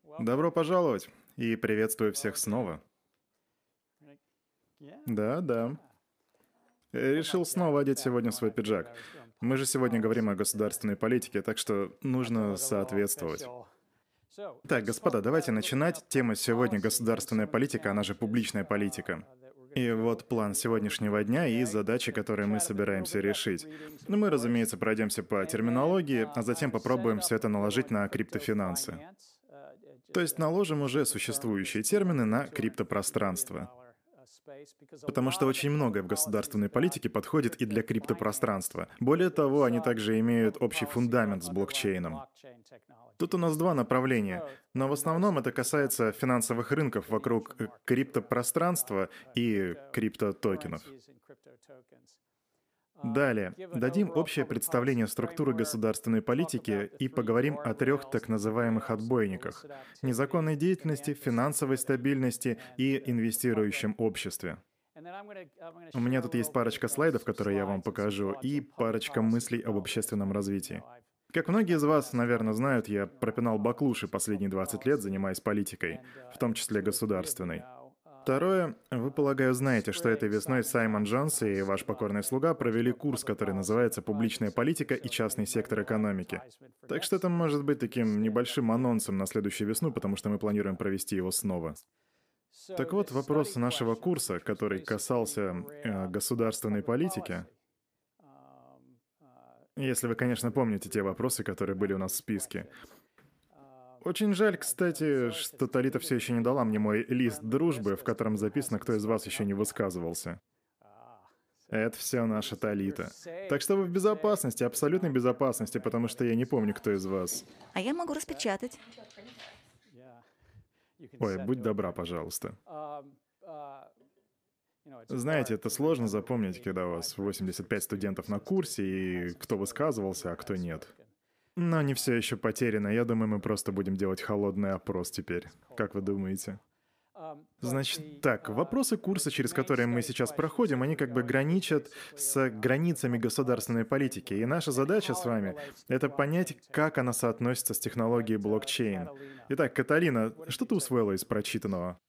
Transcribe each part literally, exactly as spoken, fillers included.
Добро пожаловать и приветствую всех снова. Да, да. Э, Решил снова одеть сегодня свой пиджак. Мы же сегодня говорим о государственной политике, так что нужно соответствовать. Так, господа, давайте начинать. Тема сегодня — государственная политика, она же публичная политика. И вот план сегодняшнего дня и задачи, которые мы собираемся решить. Ну, мы, разумеется, пройдемся по терминологии, а затем попробуем все это наложить на криптофинансы. То есть наложим уже существующие термины на криптопространство. Потому что очень многое в государственной политике подходит и для криптопространства. Более того, они также имеют общий фундамент с блокчейном. Тут у нас два направления, но в основном это касается финансовых рынков вокруг э, криптопространства и криптотокенов. Далее, дадим общее представление структуры государственной политики и поговорим о трех так называемых отбойниках — незаконной деятельности, финансовой стабильности и инвестирующем обществе. У меня тут есть парочка слайдов, которые я вам покажу, и парочка мыслей об общественном развитии. Как многие из вас, наверное, знают, я пропинал баклуши последние двадцать лет, занимаясь политикой, в том числе государственной. Второе, вы, полагаю, знаете, что этой весной Саймон Джонс и ваш покорный слуга провели курс, который называется «Публичная политика и частный сектор экономики». Так что это может быть таким небольшим анонсом на следующую весну, потому что мы планируем провести его снова. Так вот, вопрос нашего курса, который касался э, государственной политики. Если вы, конечно, помните те вопросы, которые были у нас в списке. Очень жаль, кстати, что Талита все еще не дала мне мой лист дружбы, в котором записано, кто из вас еще не высказывался. Это все наша Талита. Так что вы в безопасности, абсолютной безопасности, потому что я не помню, кто из вас. А я могу распечатать. Ой, будь добра, пожалуйста. Знаете, это сложно запомнить, когда у вас восемьдесят пять студентов на курсе, и кто высказывался, а кто нет. Но не все еще потеряно. Я думаю, мы просто будем делать холодный опрос теперь. Как вы думаете? Значит, так, вопросы курса, через которые мы сейчас проходим, они как бы граничат с границами государственной политики. И наша задача с вами — это понять, как она соотносится с технологией блокчейн. Итак, Каталина, что ты усвоила из прочитанного?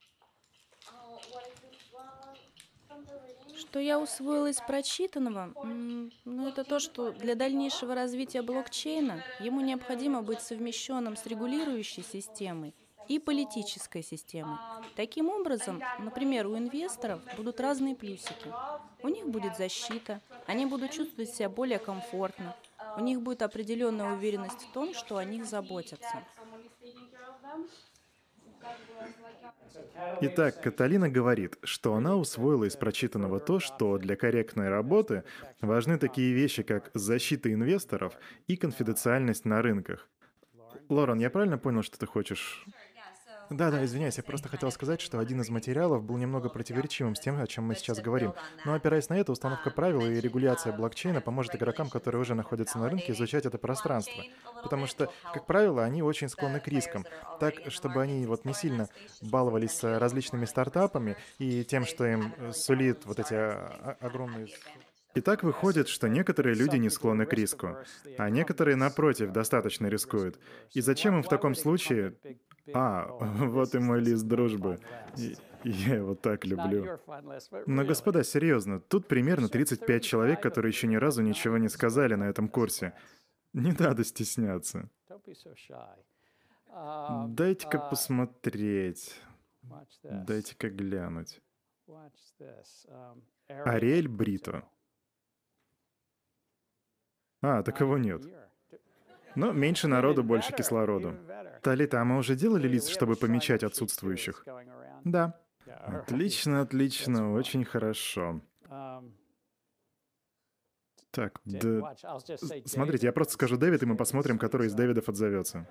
Что я усвоила из прочитанного? М, Ну, это то, что для дальнейшего развития блокчейна ему необходимо быть совмещенным с регулирующей системой и политической системой. Таким образом, например, у инвесторов будут разные плюсики. У них будет защита, они будут чувствовать себя более комфортно, у них будет определенная уверенность в том, что о них заботятся. Итак, Каталина говорит, что она усвоила из прочитанного то, что для корректной работы важны такие вещи, как защита инвесторов и конфиденциальность на рынках. Лорен, я правильно понял, что ты хочешь? Да, да, извиняюсь, я просто хотел сказать, что один из материалов был немного противоречивым с тем, о чем мы сейчас говорим. Но опираясь на это, установка правил и регуляция блокчейна поможет игрокам, которые уже находятся на рынке, изучать это пространство. Потому что, как правило, они очень склонны к рискам. Так, чтобы они вот не сильно баловались с различными стартапами и тем, что им э, сулит вот эти а, а- огромные... И так выходит, что некоторые люди не склонны к риску, а некоторые, напротив, достаточно рискуют. И зачем им в таком случае... А, вот и мой лист дружбы. И- Я его так люблю. Но, господа, серьезно, тут примерно тридцать пять человек, которые еще ни разу ничего не сказали на этом курсе. Не надо стесняться. Дайте-ка посмотреть. Дайте-ка глянуть. Ариэль Брито. А, таково нет. Но меньше народу, больше кислороду. Талита, а мы уже делали лист, чтобы помечать отсутствующих? Да. Отлично, отлично, очень хорошо. Так, да... с- Смотрите, я просто скажу Дэвид, и мы посмотрим, который из Дэвидов отзовется.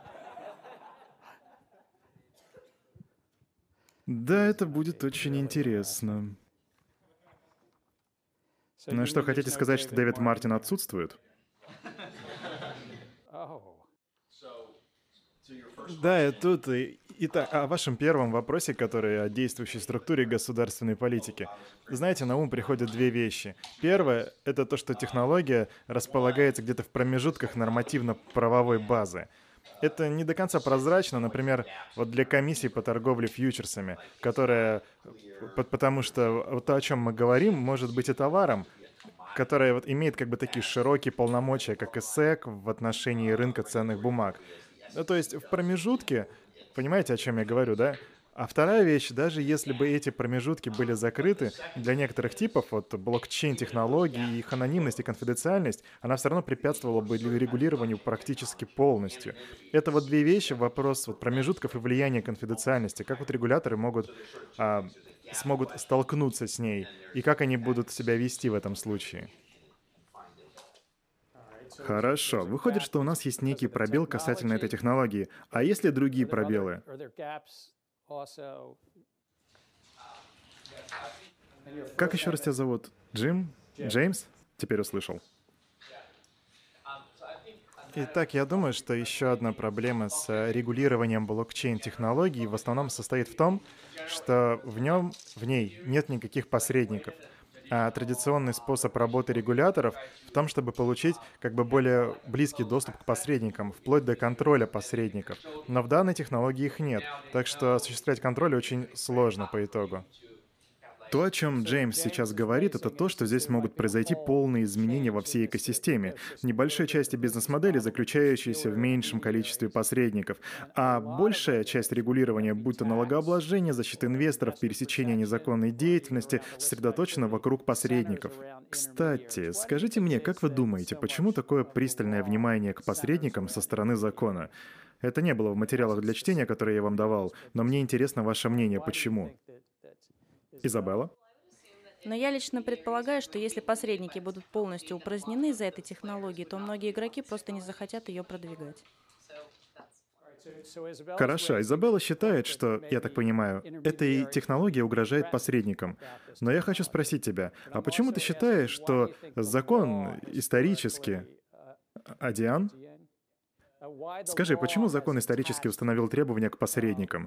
Да, это будет очень интересно. Ну и что, хотите сказать, что Дэвид Мартин отсутствует? Да, и тут... и- Итак, о вашем первом вопросе, который о действующей структуре государственной политики. Знаете, на ум приходят две вещи. Первое — это то, что технология располагается где-то в промежутках нормативно-правовой базы. Это не до конца прозрачно, например, вот для комиссии по торговле фьючерсами, которая, п- потому что вот то, о чем мы говорим, может быть и товаром, которая вот имеет как бы такие широкие полномочия, как и эс и си в отношении рынка ценных бумаг. Ну, то есть в промежутке, понимаете, о чем я говорю, да? А вторая вещь, даже если бы эти промежутки были закрыты, для некоторых типов, вот блокчейн-технологий, их анонимность и конфиденциальность, она все равно препятствовала бы регулированию практически полностью. Это вот две вещи, вопрос вот промежутков и влияния конфиденциальности. Как вот регуляторы могут, а, смогут столкнуться с ней, и как они будут себя вести в этом случае? Хорошо. Выходит, что у нас есть некий пробел касательно этой технологии. А есть ли другие пробелы? Как еще раз тебя зовут? Джим? Джеймс? Теперь услышал. Итак, я думаю, что еще одна проблема с э, регулированием блокчейн-технологий в основном состоит в том, что в нем, в ней нет никаких посредников. А традиционный способ работы регуляторов в том, чтобы получить как бы более близкий доступ к посредникам, вплоть до контроля посредников. Но в данной технологии их нет, так что осуществлять контроль очень сложно по итогу. То, о чем Джеймс сейчас говорит, это то, что здесь могут произойти полные изменения во всей экосистеме, небольшой части бизнес-модели, заключающейся в меньшем количестве посредников, а большая часть регулирования, будь то налогообложение, защита инвесторов, пересечение незаконной деятельности, сосредоточена вокруг посредников. Кстати, скажите мне, как вы думаете, почему такое пристальное внимание к посредникам со стороны закона? Это не было в материалах для чтения, которые я вам давал, но мне интересно ваше мнение, почему. Изабелла? Но я лично предполагаю, что если посредники будут полностью упразднены из-за этой технологии, то многие игроки просто не захотят ее продвигать. Хорошо, Изабелла считает, что, я так понимаю, эта технология угрожает посредникам. Но я хочу спросить тебя, а почему ты считаешь, что закон исторически... Адиан? Скажи, почему закон исторически установил требования к посредникам?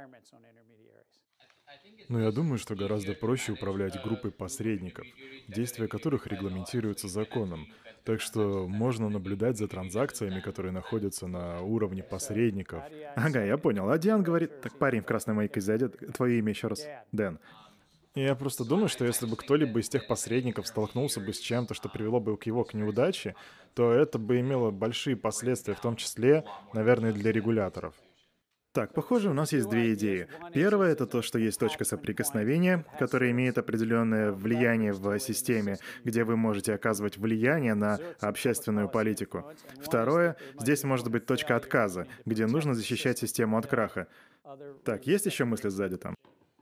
Ну, я думаю, что гораздо проще управлять группой посредников, действия которых регламентируются законом. Так что можно наблюдать за транзакциями, которые находятся на уровне посредников. Ага, я понял. А Диан говорит... Так, парень в красной майке зайдет. Твое имя еще раз. Дэн. Я просто думаю, что если бы кто-либо из тех посредников столкнулся бы с чем-то, что привело бы к его к неудаче, то это бы имело большие последствия, в том числе, наверное, для регуляторов. Так, похоже, у нас есть две идеи. Первая — это то, что есть точка соприкосновения, которая имеет определенное влияние в системе, где вы можете оказывать влияние на общественную политику. Второе — здесь может быть точка отказа, где нужно защищать систему от краха. Так, есть еще мысли сзади там?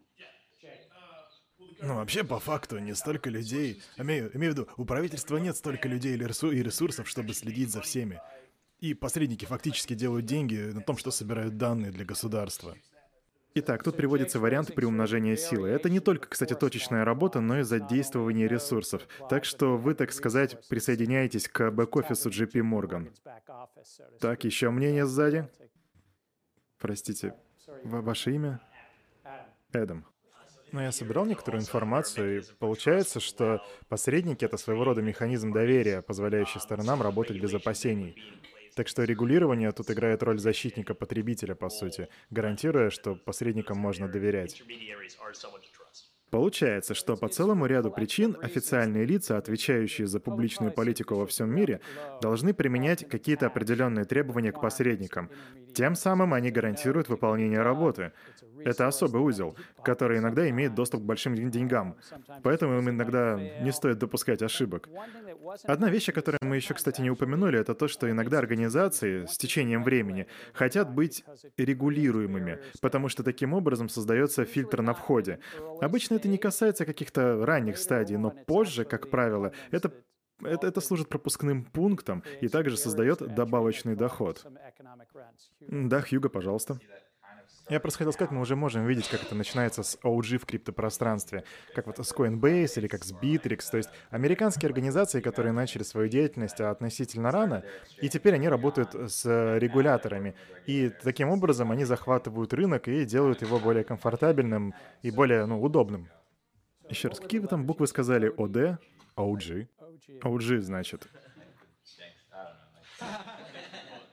Ну, вообще, по факту, не столько людей. Имею, имею в виду, у правительства нет столько людей или ресу- и ресурсов, чтобы следить за всеми. И посредники фактически делают деньги на том, что собирают данные для государства. Итак, тут приводится вариант приумножения силы. Это не только, кстати, точечная работа, но и задействование ресурсов. Так что вы, так сказать, присоединяетесь к бэк-офису джей пи Morgan. Так, еще мнение сзади? Простите, ва- ваше имя? Эдам. Но я собирал некоторую информацию, и получается, что посредники — это своего рода механизм доверия, позволяющий сторонам работать без опасений. Так что регулирование тут играет роль защитника потребителя, по сути, гарантируя, что посредникам можно доверять. Получается, что по целому ряду причин официальные лица, отвечающие за публичную политику во всем мире, должны применять какие-то определенные требования к посредникам. Тем самым они гарантируют выполнение работы. Это особый узел, который иногда имеет доступ к большим ден- деньгам. Поэтому им иногда не стоит допускать ошибок. Одна вещь, о которой мы еще, кстати, не упомянули, это то, что иногда организации с течением времени хотят быть регулируемыми, потому что таким образом создается фильтр на входе. Обычно это не касается каких-то ранних стадий, но позже, как правило, это это, это служит пропускным пунктом и также создает добавочный доход. М, Да, Хьюго, пожалуйста. Я просто хотел сказать, мы уже можем видеть, как это начинается с о джи в криптопространстве, как вот с Coinbase или как с Bittrex, то есть американские организации, которые начали свою деятельность относительно рано, и теперь они работают с регуляторами, и таким образом они захватывают рынок и делают его более комфортабельным и более, ну, удобным. Еще раз, какие вы там буквы сказали? о ди? о джи? о джи, значит.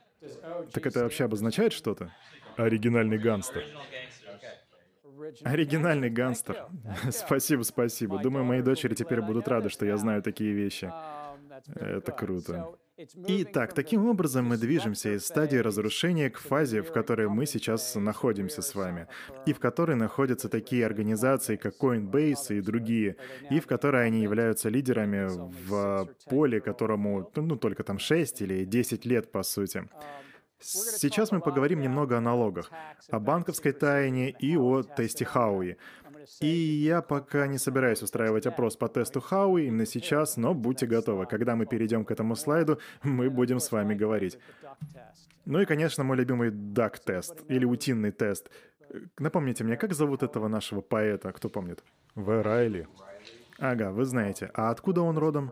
Так это вообще обозначает что-то? Оригинальный гангстер. Оригинальный гангстер. Спасибо, спасибо. Думаю, мои дочери теперь будут рады, что я знаю такие вещи. Это круто. Итак, таким образом мы движемся из стадии разрушения к фазе, в которой мы сейчас находимся с вами, и в которой находятся такие организации, как Coinbase и другие, и в которой они являются лидерами в поле, которому, ну, только там шесть или десять лет, по сути. Сейчас мы поговорим немного о налогах, о банковской тайне и о тесте Хауи. И я пока не собираюсь устраивать опрос по тесту Хауи именно сейчас, но будьте готовы, когда мы перейдем к этому слайду, мы будем с вами говорить. Ну и, конечно, мой любимый дак-тест, или утиный тест. Напомните мне, как зовут этого нашего поэта, кто помнит? В. Райли. Ага, вы знаете. А откуда он родом?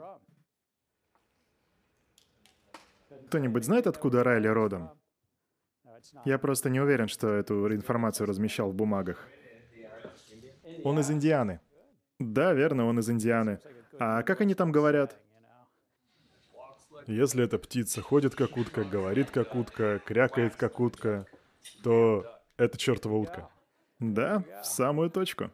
Кто-нибудь знает, откуда Райли родом? Я просто не уверен, что эту информацию размещал в бумагах. Он из Индианы. Да, верно, он из Индианы. А как они там говорят? Если эта птица ходит как утка, говорит как утка, крякает как утка, то это чертова утка. Да, в самую точку.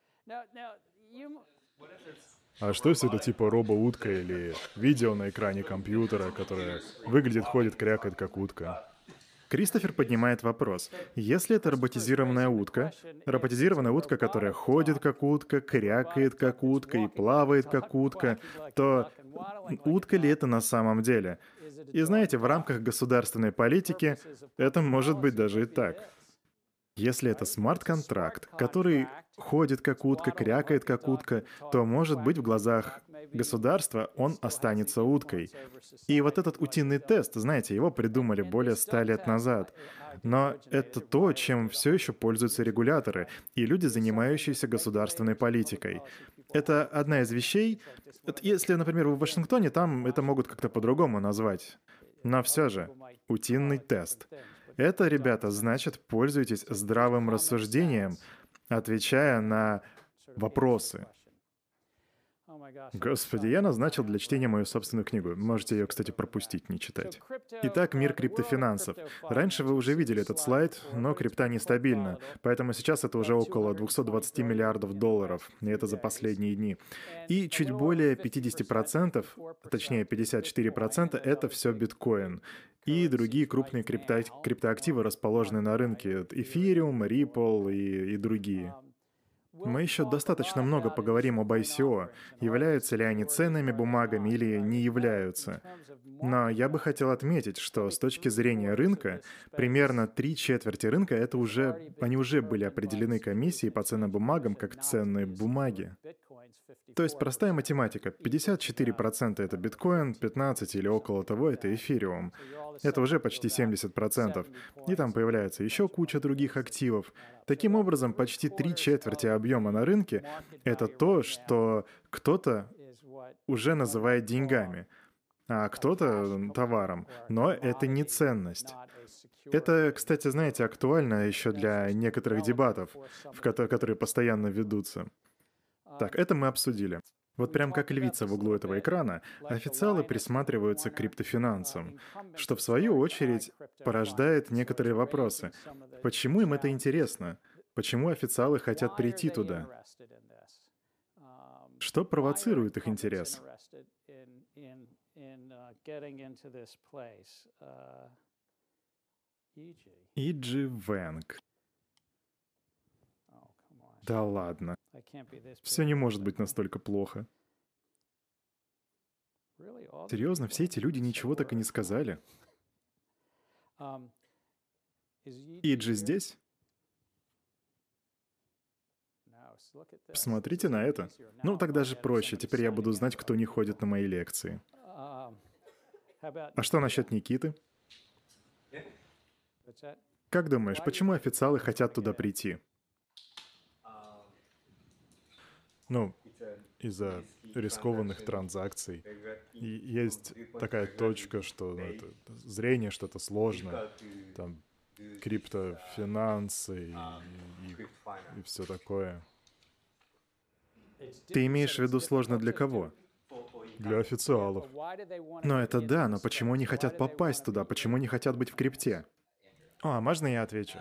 А что если это типа робо-утка или видео на экране компьютера, которое выглядит, ходит, крякает как утка? Кристофер поднимает вопрос. Если это роботизированная утка, роботизированная утка, которая ходит как утка, крякает как утка и плавает как утка, то утка ли это на самом деле? И знаете, в рамках государственной политики это может быть даже и так. Если это смарт-контракт, который ходит как утка, крякает как утка, то, может быть, в глазах государства он останется уткой. И вот этот утиный тест, знаете, его придумали более ста лет назад. Но это то, чем все еще пользуются регуляторы и люди, занимающиеся государственной политикой. Это одна из вещей. Если, например, в Вашингтоне, там это могут как-то по-другому назвать. Но все же, утиный тест. Это, ребята, значит, пользуйтесь здравым рассуждением, отвечая на вопросы. Господи, я назначил для чтения мою собственную книгу. Можете ее, кстати, пропустить, не читать. Итак, мир криптофинансов. Раньше вы уже видели этот слайд, но крипта нестабильна, поэтому сейчас это уже около двести двадцать миллиардов долларов, и это за последние дни. И чуть более пятьдесят процентов, точнее пятьдесят четыре процента, это все биткоин. И другие крупные крипто- криптоактивы расположены на рынке. Эфириум, Ripple и, и другие. Мы еще достаточно много поговорим об ай си о, являются ли они ценными бумагами или не являются. Но я бы хотел отметить, что с точки зрения рынка, примерно три четверти рынка это уже, они уже были определены комиссией по ценным бумагам как ценные бумаги. То есть простая математика. пятьдесят четыре процента это биткоин, пятнадцать или около того это эфириум. Это уже почти семьдесят процентов. И там появляется еще куча других активов. Таким образом, почти три четверти объема на рынке — это то, что кто-то уже называет деньгами, а кто-то товаром. Но это не ценность. Это, кстати, знаете, актуально еще для некоторых дебатов, в ко- которые постоянно ведутся. Так, это мы обсудили. Вот прям как львица в углу этого экрана, официалы присматриваются к криптофинансам, что в свою очередь порождает некоторые вопросы. Почему им это интересно? Почему официалы хотят прийти туда? Что провоцирует их интерес? И джи Вэнг. Да ладно. Все не может быть настолько плохо. Серьезно, все эти люди ничего так и не сказали? Иджи здесь? Посмотрите на это. Ну, тогда же проще. Теперь я буду знать, кто не ходит на мои лекции. А что насчет Никиты? Как думаешь, почему официалы хотят туда прийти? Ну, из-за рискованных транзакций. И есть такая точка, что ну, это зрение что-то сложно, там криптофинансы и, и, и все такое. Ты имеешь в виду сложно для кого? Для официалов. Но это да, но почему они хотят попасть туда? Почему не хотят быть в крипте? О, а можно я отвечу?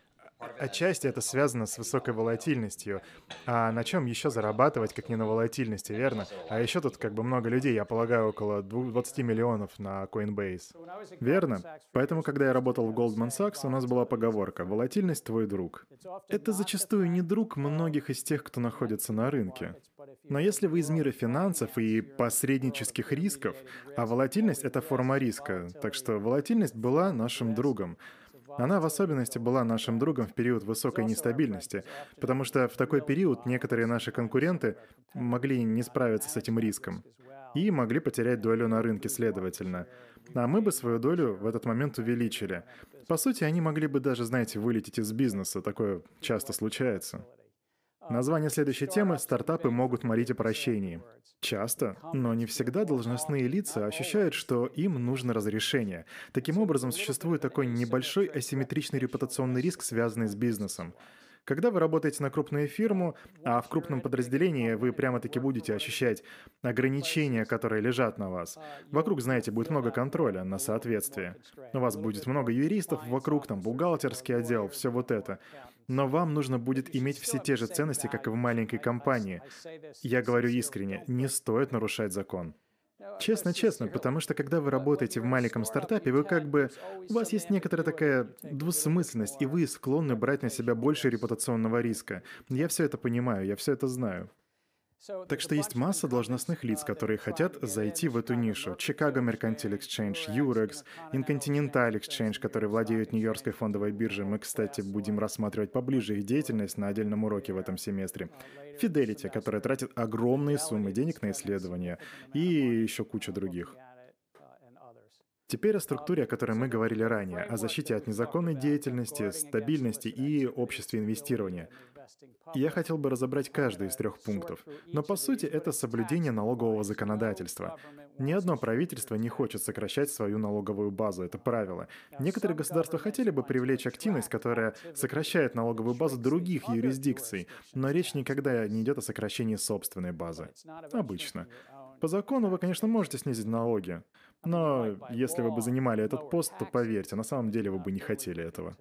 Отчасти это связано с высокой волатильностью. А на чем еще зарабатывать, как не на волатильности, верно? А еще тут как бы много людей, я полагаю, около дву- двадцати миллионов на Coinbase. Верно? Поэтому, когда я работал в Goldman Sachs, у нас была поговорка «волатильность– твой друг». Это зачастую не друг многих из тех, кто находится на рынке. Но если вы из мира финансов и посреднических рисков, а волатильность— это форма риска, так что волатильность была нашим другом. Она в особенности была нашим другом в период высокой нестабильности, потому что в такой период некоторые наши конкуренты могли не справиться с этим риском и могли потерять долю на рынке, следовательно. А мы бы свою долю в этот момент увеличили. По сути, они могли бы даже, знаете, вылететь из бизнеса, такое часто случается. Название следующей темы — «Стартапы могут молить о прощении». Часто, но не всегда должностные лица ощущают, что им нужно разрешение. Таким образом, существует такой небольшой асимметричный репутационный риск, связанный с бизнесом. Когда вы работаете на крупную фирму, а в крупном подразделении вы прямо-таки будете ощущать ограничения, которые лежат на вас. Вокруг, знаете, будет много контроля на соответствие. У вас будет много юристов вокруг, там бухгалтерский отдел, все вот это. Но вам нужно будет иметь все те же ценности, как и в маленькой компании. Я говорю искренне, не стоит нарушать закон. Честно-честно, потому что когда вы работаете в маленьком стартапе, вы как бы... У вас есть некоторая такая двусмысленность, и вы склонны брать на себя больше репутационного риска. Я все это понимаю, я все это знаю. Так что есть масса должностных лиц, которые хотят зайти в эту нишу. Chicago Mercantile Exchange, Eurex, Intercontinental Exchange, которые владеют Нью-Йоркской фондовой биржей. Мы, кстати, будем рассматривать поближе их деятельность на отдельном уроке в этом семестре. Fidelity, которая тратит огромные суммы денег на исследования. И еще куча других. Теперь о структуре, о которой мы говорили ранее, о защите от незаконной деятельности, стабильности и обществе инвестирования. Я хотел бы разобрать каждый из трех пунктов, но по сути это соблюдение налогового законодательства. Ни одно правительство не хочет сокращать свою налоговую базу, это правило. Некоторые государства хотели бы привлечь активность, которая сокращает налоговую базу других юрисдикций, но речь никогда не идет о сокращении собственной базы. Обычно. По закону вы, конечно, можете снизить налоги, но если вы бы занимали этот пост, то поверьте, на самом деле вы бы не хотели этого.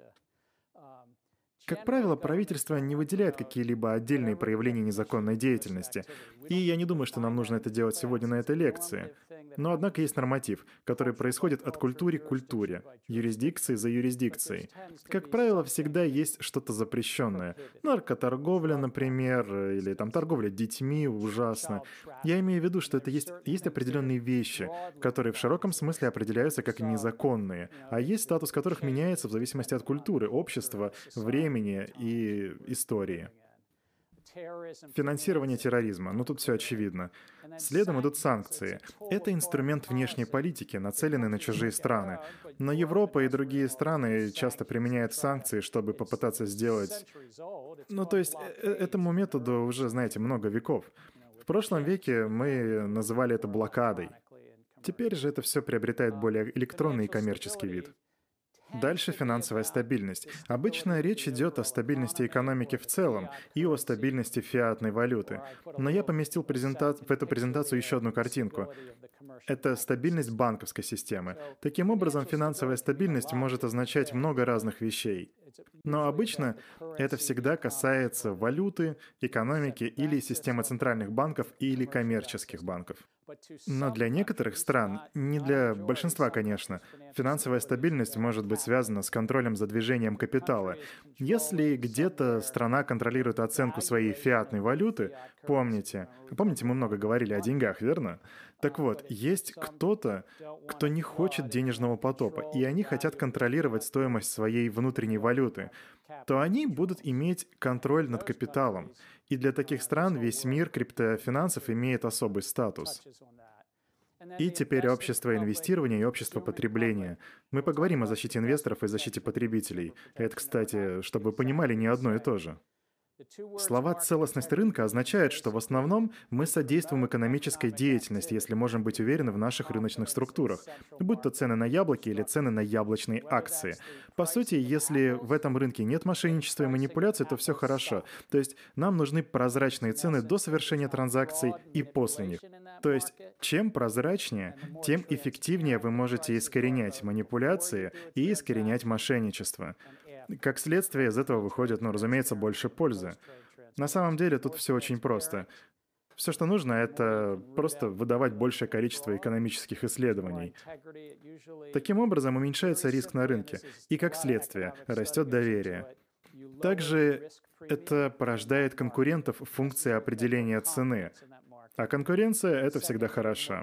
Как правило, правительство не выделяет какие-либо отдельные проявления незаконной деятельности, и я не думаю, что нам нужно это делать сегодня на этой лекции. Но однако есть норматив, который происходит от культуры к культуре, юрисдикции за юрисдикцией. Как правило, всегда есть что-то запрещенное. Наркоторговля, например, или там торговля детьми, ужасно. Я имею в виду, что это есть, есть определенные вещи, которые в широком смысле определяются как незаконные, а есть статус которых меняется в зависимости от культуры, общества, времени и истории. Финансирование терроризма. Ну тут все очевидно. Следом идут санкции. Это инструмент внешней политики, нацеленный на чужие страны. Но Европа и другие страны часто применяют санкции, чтобы попытаться сделать... Ну то есть э- этому методу уже, знаете, много веков. В прошлом веке мы называли это блокадой. Теперь же это все приобретает более электронный и коммерческий вид. Дальше финансовая стабильность. Обычно речь идет о стабильности экономики в целом и о стабильности фиатной валюты. Но я поместил презента... в эту презентацию еще одну картинку. Это стабильность банковской системы. Таким образом, финансовая стабильность может означать много разных вещей. Но обычно это всегда касается валюты, экономики или системы центральных банков или коммерческих банков. Но для некоторых стран, не для большинства, конечно, финансовая стабильность может быть связана с контролем за движением капитала. Если где-то страна контролирует оценку своей фиатной валюты, помните, помните, мы много говорили о деньгах, верно? Так вот, есть кто-то, кто не хочет денежного потока, и они хотят контролировать стоимость своей внутренней валюты, то они будут иметь контроль над капиталом. И для таких стран весь мир криптофинансов имеет особый статус. И теперь общество инвестирования и общество потребления. Мы поговорим о защите инвесторов и защите потребителей. Это, кстати, чтобы вы понимали, не одно и то же. Слова «целостность рынка» означают, что в основном мы содействуем экономической деятельности, если можем быть уверены в наших рыночных структурах, будь то цены на яблоки или цены на яблочные акции. По сути, если в этом рынке нет мошенничества и манипуляций, то все хорошо. То есть нам нужны прозрачные цены до совершения транзакций и после них. То есть чем прозрачнее, тем эффективнее вы можете искоренять манипуляции и искоренять мошенничество. Как следствие, из этого выходит, ну, разумеется, больше пользы. На самом деле тут все очень просто. Все, что нужно, это просто выдавать большее количество экономических исследований. Таким образом, уменьшается риск на рынке, и как следствие, растет доверие. Также это порождает конкурентов в функции определения цены. А конкуренция — это всегда хорошо.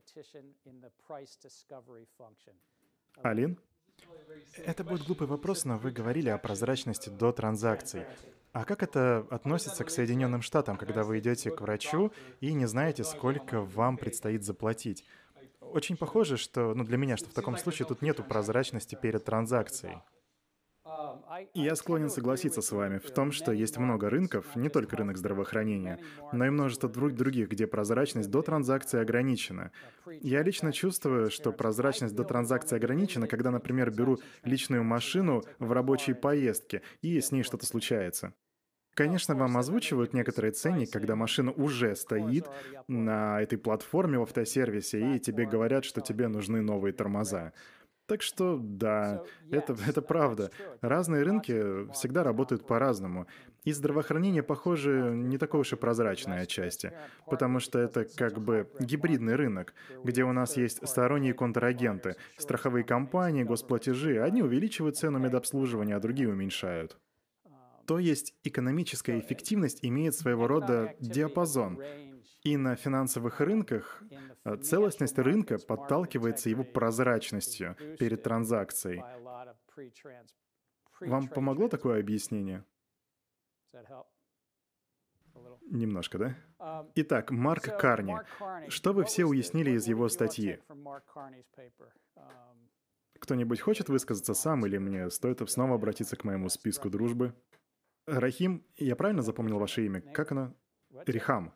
Алин? Это будет глупый вопрос, но вы говорили о прозрачности до транзакций. А как это относится к Соединенным Штатам, когда вы идете к врачу и не знаете, сколько вам предстоит заплатить? Очень похоже, что, ну для меня, что в таком случае тут нету прозрачности перед транзакцией. Я склонен согласиться с вами в том, что есть много рынков, не только рынок здравоохранения, но и множество друг- других, где прозрачность до транзакции ограничена. Я лично чувствую, что прозрачность до транзакции ограничена, когда, например, беру личную машину в рабочей поездке, и с ней что-то случается. Конечно, вам озвучивают некоторый ценник, когда машина уже стоит на этой платформе в автосервисе, и тебе говорят, что тебе нужны новые тормоза. Так что, да, это, это правда. Разные рынки всегда работают по-разному. И здравоохранение, похоже, не такое уж и прозрачное отчасти, потому что это как бы гибридный рынок, где у нас есть сторонние контрагенты, страховые компании, госплатежи. Одни увеличивают цену медобслуживания, а другие уменьшают. То есть экономическая эффективность имеет своего рода диапазон. И на финансовых рынках э, целостность рынка подталкивается его прозрачностью перед транзакцией. Вам помогло такое объяснение? Немножко, да? Итак, Марк Карни. Что вы все уяснили из его статьи? Кто-нибудь хочет высказаться сам, или мне стоит снова обратиться к моему списку дружбы? Рахим, я правильно запомнил ваше имя? Как оно? Рихам.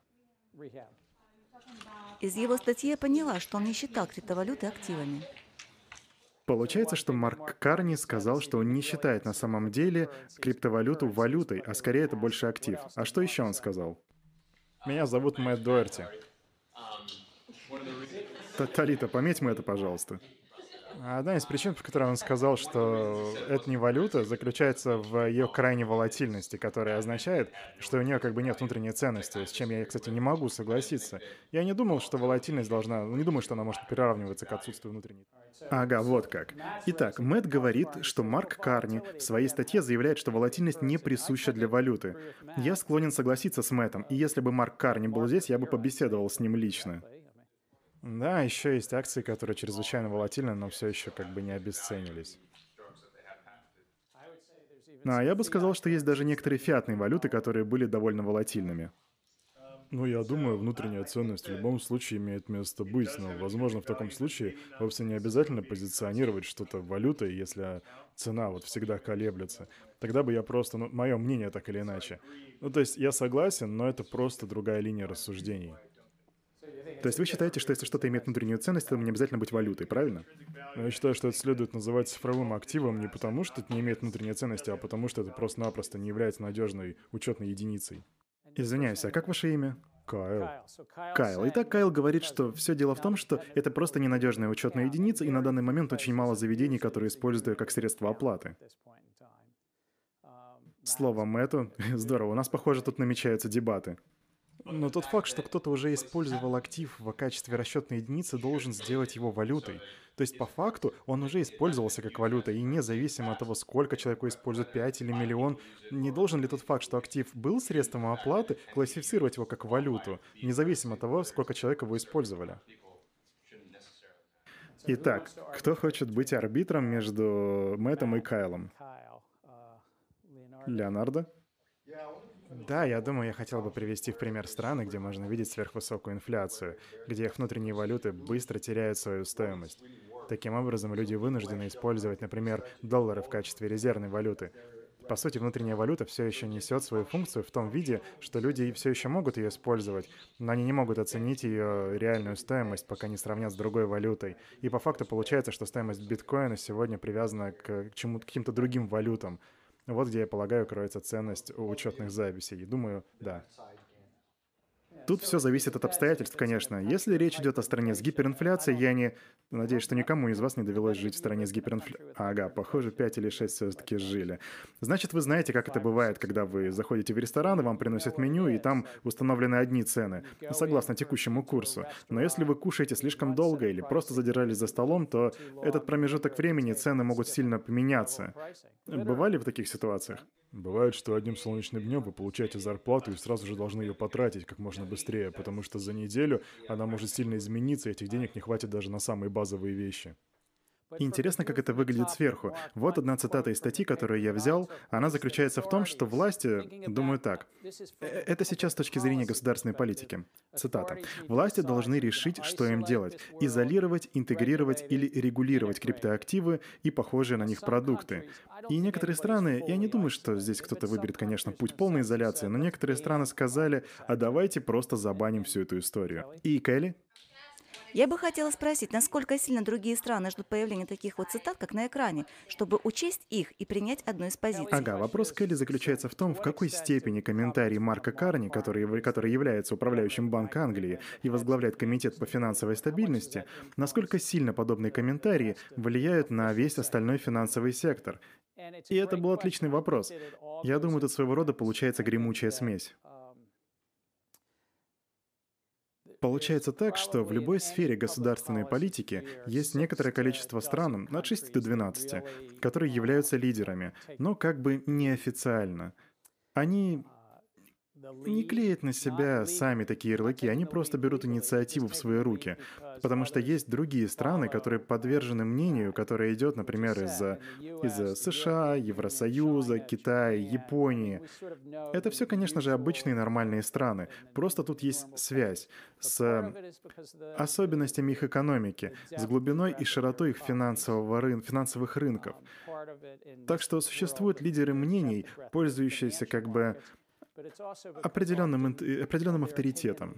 Из его статьи я поняла, что он не считал криптовалюты активами. Получается, что Марк Карни сказал, что он не считает на самом деле криптовалюту валютой, а скорее это больше актив. А что еще он сказал? Меня зовут Мэтт Дуэрти. Та- Талита, пометь мы это, пожалуйста. Одна из причин, по которой он сказал, что это не валюта, заключается в ее крайней волатильности, которая означает, что у нее как бы нет внутренней ценности, с чем я, кстати, не могу согласиться. Я не думал, что волатильность должна... ну, Не думаю, что она может приравниваться к отсутствию внутренней. Ага, вот как. Итак, Мэтт говорит, что Марк Карни в своей статье заявляет, что волатильность не присуща для валюты. Я склонен согласиться с Мэттом, и если бы Марк Карни был здесь, я бы побеседовал с ним лично. Да, еще есть акции, которые чрезвычайно волатильны, но все еще как бы не обесценились. Ну, а я бы сказал, что есть даже некоторые фиатные валюты, которые были довольно волатильными. Ну, я думаю, внутренняя ценность в любом случае имеет место быть, но, возможно, в таком случае вовсе не обязательно позиционировать что-то валютой, если цена вот всегда колеблется. Тогда бы я просто, ну, мое мнение так или иначе. Ну, то есть я согласен, но это просто другая линия рассуждений. То есть вы считаете, что если что-то имеет внутреннюю ценность, то не обязательно быть валютой, правильно? Но я считаю, что это следует называть цифровым активом не потому, что это не имеет внутренней ценности, а потому, что это просто-напросто не является надежной учетной единицей. Извиняюсь, а как ваше имя? Кайл. Кайл. Итак, Кайл говорит, что все дело в том, что это просто ненадежная учетная единица, и на данный момент очень мало заведений, которые используют ее как средство оплаты. Слово Мэтту. Здорово, у нас, похоже, тут намечаются дебаты. Но тот факт, что кто-то уже использовал актив в качестве расчетной единицы, должен сделать его валютой. То есть, по факту, он уже использовался как валюта, и независимо от того, сколько человеку использует, пять или миллион, не должен ли тот факт, что актив был средством оплаты, классифицировать его как валюту, независимо от того, сколько человек его использовали? Итак, кто хочет быть арбитром между Мэттом и Кайлом? Леонардо? Да, я думаю, я хотел бы привести в пример страны, где можно видеть сверхвысокую инфляцию, где их внутренние валюты быстро теряют свою стоимость. Таким образом, люди вынуждены использовать, например, доллары в качестве резервной валюты. По сути, внутренняя валюта все еще несет свою функцию в том виде, что люди все еще могут ее использовать, но они не могут оценить ее реальную стоимость, пока не сравнят с другой валютой. И по факту получается, что стоимость биткоина сегодня привязана к чему к каким-то другим валютам. Вот где, я полагаю, кроется ценность у учетных записей. И думаю, да. Тут все зависит от обстоятельств, конечно. Если речь идет о стране с гиперинфляцией, я не... Надеюсь, что никому из вас не довелось жить в стране с гиперинфляцией. Ага, похоже, пять или шесть все-таки жили. Значит, вы знаете, как это бывает, когда вы заходите в ресторан, и вам приносят меню, и там установлены одни цены, согласно текущему курсу. Но если вы кушаете слишком долго или просто задержались за столом, то этот промежуток времени цены могут сильно поменяться. Бывали в таких ситуациях? Бывает, что одним солнечным днем вы получаете зарплату и сразу же должны ее потратить как можно быстрее, потому что за неделю она может сильно измениться, и этих денег не хватит даже на самые базовые вещи. Интересно, как это выглядит сверху. Вот одна цитата из статьи, которую я взял. Она заключается в том, что власти думают так. Э, Это сейчас с точки зрения государственной политики. Цитата. «Власти должны решить, что им делать. Изолировать, интегрировать или регулировать криптоактивы и похожие на них продукты. И некоторые страны, я не думаю, что здесь кто-то выберет, конечно, путь полной изоляции, но некоторые страны сказали, а давайте просто забаним всю эту историю». И Келли? Я бы хотела спросить, насколько сильно другие страны ждут появления таких вот цитат, как на экране, чтобы учесть их и принять одну из позиций. Ага, вопрос Келли заключается в том, в какой степени комментарий Марка Карни, который, который является управляющим Банка Англии и возглавляет Комитет по финансовой стабильности, насколько сильно подобные комментарии влияют на весь остальной финансовый сектор. И это был отличный вопрос. Я думаю, тут своего рода получается гремучая смесь. Получается так, что в любой сфере государственной политики есть некоторое количество стран, от шести до двенадцати, которые являются лидерами, но как бы неофициально. Они не клеят на себя сами такие ярлыки, они просто берут инициативу в свои руки. Потому что есть другие страны, которые подвержены мнению, которое идет, например, из-за из США, Евросоюза, Китая, Японии. Это все, конечно же, обычные нормальные страны. Просто тут есть связь с особенностями их экономики, с глубиной и широтой их финансового рын... финансовых рынков. Так что существуют лидеры мнений, пользующиеся как бы определенным, ин- определенным авторитетом.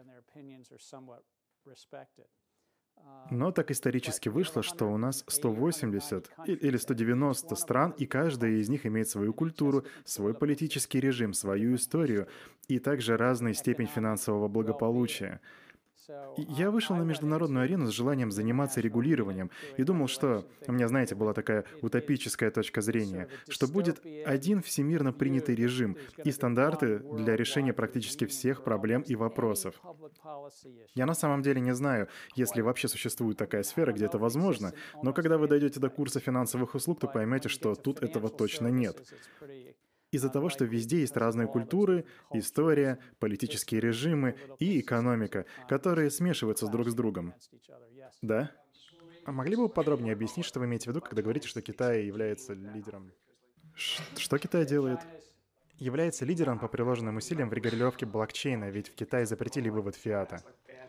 Но так исторически вышло, что у нас сто восемьдесят и- или сто девяносто стран, и каждая из них имеет свою культуру, свой политический режим, свою историю и также разную степень финансового благополучия. И Я вышел на международную арену с желанием заниматься регулированием и думал, что, у меня, знаете, была такая утопическая точка зрения, что будет один всемирно принятый режим и стандарты для решения практически всех проблем и вопросов. Я на самом деле не знаю, если вообще существует такая сфера, где это возможно, но когда вы дойдете до курса финансовых услуг, то поймете, что тут этого точно нет. Из-за того, что везде есть разные культуры, история, политические режимы и экономика, которые смешиваются друг с другом. Да? А могли бы вы подробнее объяснить, что вы имеете в виду, когда говорите, что Китай является лидером? Ш- Что Китай делает? Является лидером по приложенным усилиям в регулировке блокчейна, ведь в Китае запретили вывод фиата.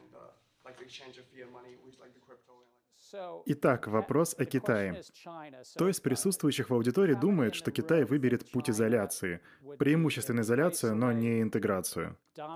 Итак, вопрос о Китае. Кто из присутствующих в аудитории думает, что Китай выберет путь изоляции? Преимущественно изоляцию, но не интеграцию.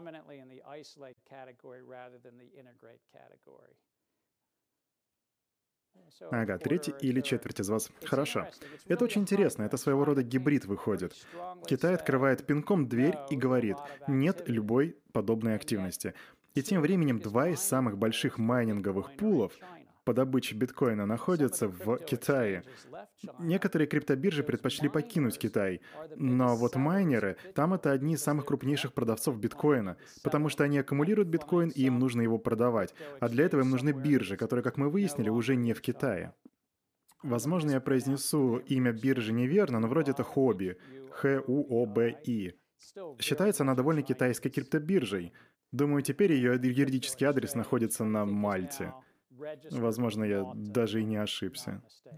Ага, третий или четверть из вас. Хорошо. Это очень интересно, это своего рода гибрид выходит. Китай открывает пинком дверь и говорит «нет любой подобной активности». И тем временем два из самых больших майнинговых пулов по добыче биткоина находятся в Китае. Некоторые криптобиржи предпочли покинуть Китай, но вот майнеры, там это одни из самых крупнейших продавцов биткоина, потому что они аккумулируют биткоин, и им нужно его продавать. А для этого им нужны биржи, которые, как мы выяснили, уже не в Китае. Возможно, я произнесу имя биржи неверно, но вроде это Хобби. Х-У-О-Б-И. Считается она довольно китайской криптобиржей. Думаю, теперь ее юридический адрес находится на Мальте. Возможно, я даже и не ошибся.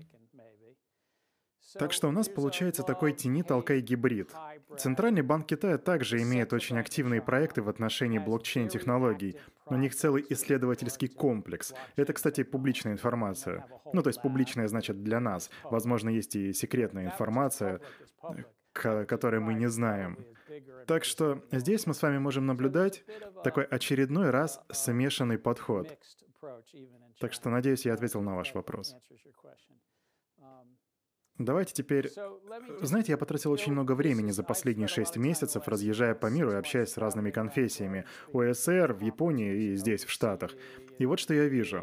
Так что у нас получается такой тяни-толкай гибрид. Центральный банк Китая также имеет очень активные проекты в отношении блокчейн-технологий. У них целый исследовательский комплекс. Это, кстати, публичная информация. Ну, то есть публичная значит для нас. Возможно, есть и секретная информация, к- которые мы не знаем. Так что здесь мы с вами можем наблюдать такой очередной раз смешанный подход. Так что, надеюсь, я ответил на ваш вопрос. Давайте теперь... Знаете, я потратил очень много времени за последние шесть месяцев, разъезжая по миру и общаясь с разными конфессиями. У эс эс эр, в Японии и здесь, в Штатах. И вот что я вижу.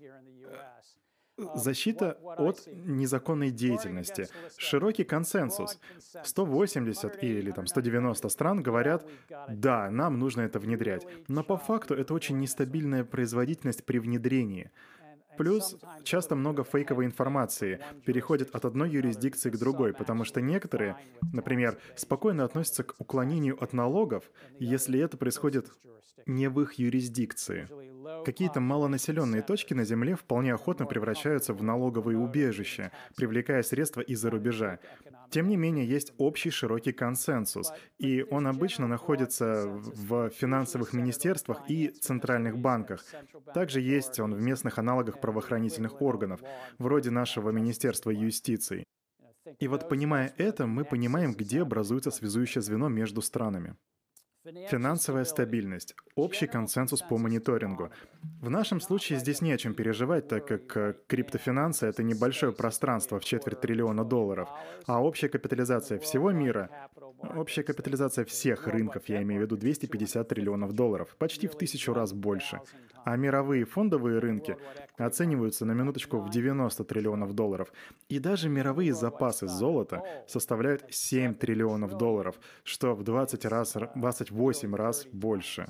Защита от незаконной деятельности. Широкий консенсус. сто восемьдесят или там сто девяносто стран говорят, да, нам нужно это внедрять. Но по факту это очень нестабильная производительность при внедрении. Плюс часто много фейковой информации переходит от одной юрисдикции к другой, потому что некоторые, например, спокойно относятся к уклонению от налогов, если это происходит не в их юрисдикции. Какие-то малонаселенные точки на Земле вполне охотно превращаются в налоговые убежища, привлекая средства из-за рубежа. Тем не менее, есть общий широкий консенсус, и он обычно находится в финансовых министерствах и центральных банках. Также есть он в местных аналогах правоохранительных органов, вроде нашего Министерства юстиции. И вот понимая это, мы понимаем, где образуется связующее звено между странами. Финансовая стабильность. Общий консенсус по мониторингу. В нашем случае здесь не о чем переживать, так как э, криптофинансы — это небольшое пространство в четверть триллиона долларов, а общая капитализация всего мира, общая капитализация всех рынков, я имею в виду двести пятьдесят триллионов долларов, почти в тысячу раз больше. А мировые фондовые рынки оцениваются на минуточку в девяносто триллионов долларов. И даже мировые запасы золота составляют семь триллионов долларов, что в двадцать раз, двадцать восемь раз больше.